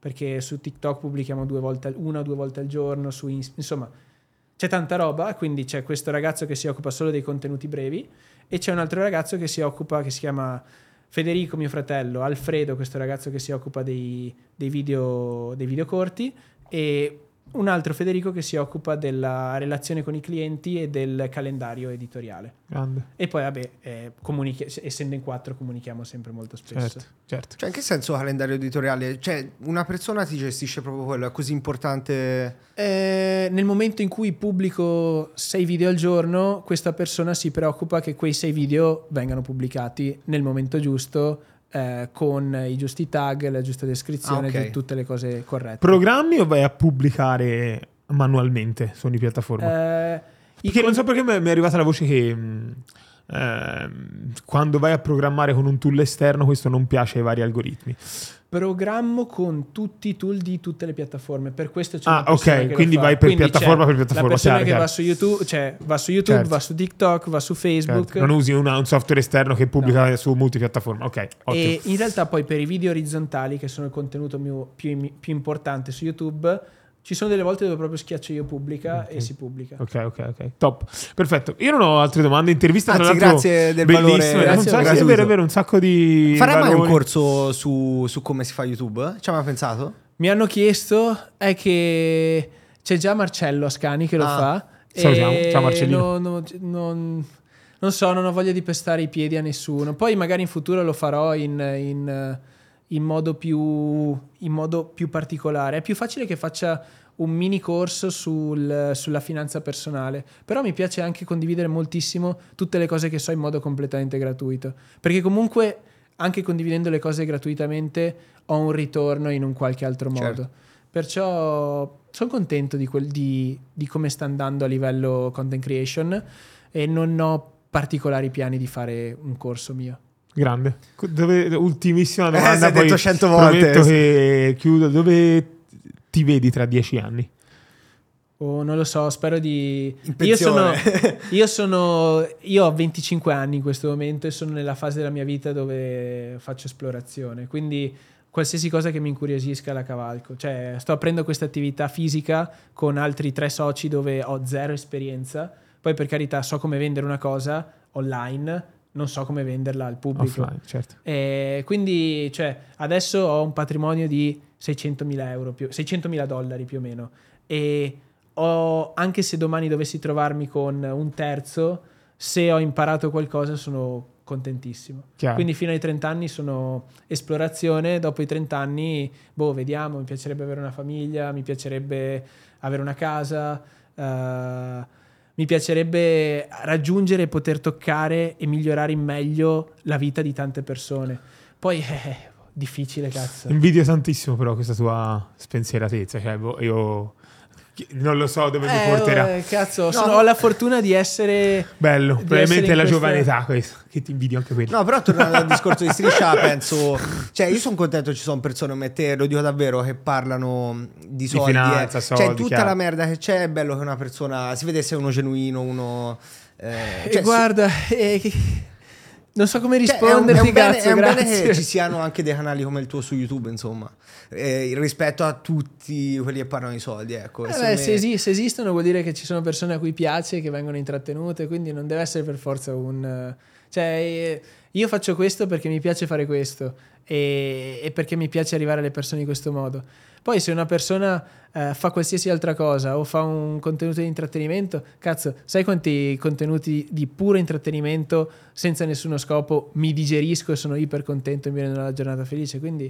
perché su TikTok pubblichiamo 1 o 2 volte al giorno, insomma c'è tanta roba, quindi c'è questo ragazzo che si occupa solo dei contenuti brevi e c'è un altro ragazzo che si chiama Federico, mio fratello, Alfredo, questo ragazzo che si occupa dei video corti, e un altro Federico che si occupa della relazione con i clienti e del calendario editoriale. Grande. E poi vabbè, essendo in 4 comunichiamo sempre molto spesso. Certo. Cioè, in che senso calendario editoriale? Cioè, una persona ti gestisce proprio quello, è così importante? Nel momento in cui pubblico 6 video al giorno, questa persona si preoccupa che quei 6 video vengano pubblicati nel momento giusto, con i giusti tag, la giusta descrizione, ok. tutte le cose corrette. Programmi o vai a pubblicare manualmente su ogni piattaforma? Perché non so perché mi è arrivata la voce che quando vai a programmare con un tool esterno questo non piace ai vari algoritmi. Programmo con tutti i tool di tutte le piattaforme, per questo c'è una persona ok, che lo quindi fa. vai per Quindi piattaforma c'è per piattaforma, la persona chiaro, che chiaro. va su YouTube, Certo. va su TikTok, va su Facebook. Certo. Non usi un software esterno che pubblica su multipiattaforma. Ok, ottimo. E in realtà poi per i video orizzontali, che sono il contenuto più importante su YouTube, ci sono delle volte dove proprio schiaccio io pubblica e si pubblica. Ok, top, perfetto. Io non ho altre domande. Intervista tra Anzi, l'altro grazie del bellissima. valore Non so se è gratuito. vero, un sacco di Farai mai un valori. corso su come si fa YouTube? Ci hai mai pensato? Mi hanno chiesto, è che c'è già Marcello Ascani che lo fa. Salutiamo. E Ciao, Marcellino. non so, non ho voglia di pestare i piedi a nessuno. Poi magari in futuro lo farò in modo più particolare. È più facile che faccia un mini corso sulla finanza personale, però mi piace anche condividere moltissimo tutte le cose che so in modo completamente gratuito, perché comunque anche condividendo le cose gratuitamente ho un ritorno in un qualche altro modo. Certo. Perciò sono contento di come sta andando a livello content creation e non ho particolari piani di fare un corso mio. Grande. Ultimissima domanda, si è poi detto 100 volte. prometto che chiudo. Dove ti vedi tra 10 anni? Non lo so, spero di... In pensione. Io ho 25 anni in questo momento e sono nella fase della mia vita dove faccio esplorazione, quindi qualsiasi cosa che mi incuriosisca la cavalco. Cioè, sto aprendo questa attività fisica con altri 3 soci dove ho 0 esperienza. Poi, per carità, so come vendere una cosa online, non so come venderla al pubblico. Offline, certo. Quindi, cioè, adesso ho un patrimonio di $600.000 più o meno. E anche se domani dovessi trovarmi con un terzo, se ho imparato qualcosa sono contentissimo. Chiaro. Quindi fino ai 30 anni sono esplorazione, dopo i 30 anni vediamo, mi piacerebbe avere una famiglia, mi piacerebbe avere una casa, mi piacerebbe raggiungere e poter toccare e migliorare in meglio la vita di tante persone. Poi difficile, cazzo. Invidio tantissimo però questa tua spensieratezza, cioè io non lo so dove mi porterà. Cazzo, ho la fortuna di essere Bello, di probabilmente essere è la in questa- giovanità questo, che ti invidio anche quello. No, però tornando al discorso di Striscia, penso, cioè io sono contento ci sono persone come te, lo dico davvero, che parlano di soldi, finanza, soldi, cioè tutta chiaro. la merda che c'è, è bello che una persona si vedesse uno genuino, uno cioè, guarda, non so come cioè, risponderti, cazzo, è un bene grazie. che ci siano anche dei canali come il tuo su YouTube, insomma, rispetto a tutti quelli che parlano di soldi, ecco. Secondo me- Se esistono vuol dire che ci sono persone a cui piace, che vengono intrattenute, quindi non deve essere per forza cioè, io faccio questo perché mi piace fare questo e perché mi piace arrivare alle persone in questo modo. Poi se una persona fa qualsiasi altra cosa o fa un contenuto di intrattenimento, cazzo, sai quanti contenuti di puro intrattenimento senza nessuno scopo mi digerisco e sono iper contento e mi rendono la giornata felice, quindi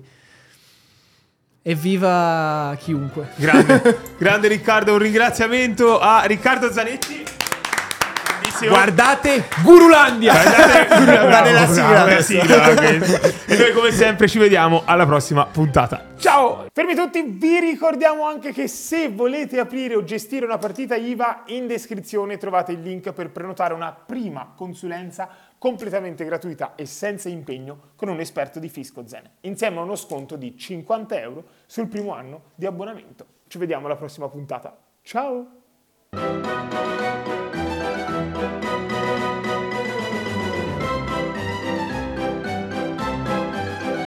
evviva chiunque. Grande Riccardo, un ringraziamento a Riccardo Zanetti. Guardate Gurulandia! Guardate la sigla la adesso. sigla, ok. E noi come sempre ci vediamo alla prossima puntata. Ciao! Fermi tutti, vi ricordiamo anche che se volete aprire o gestire una partita IVA, in descrizione trovate il link per prenotare una prima consulenza completamente gratuita e senza impegno con un esperto di Fisco Zen, insieme a uno sconto di €50 sul primo anno di abbonamento. Ci vediamo alla prossima puntata. Ciao!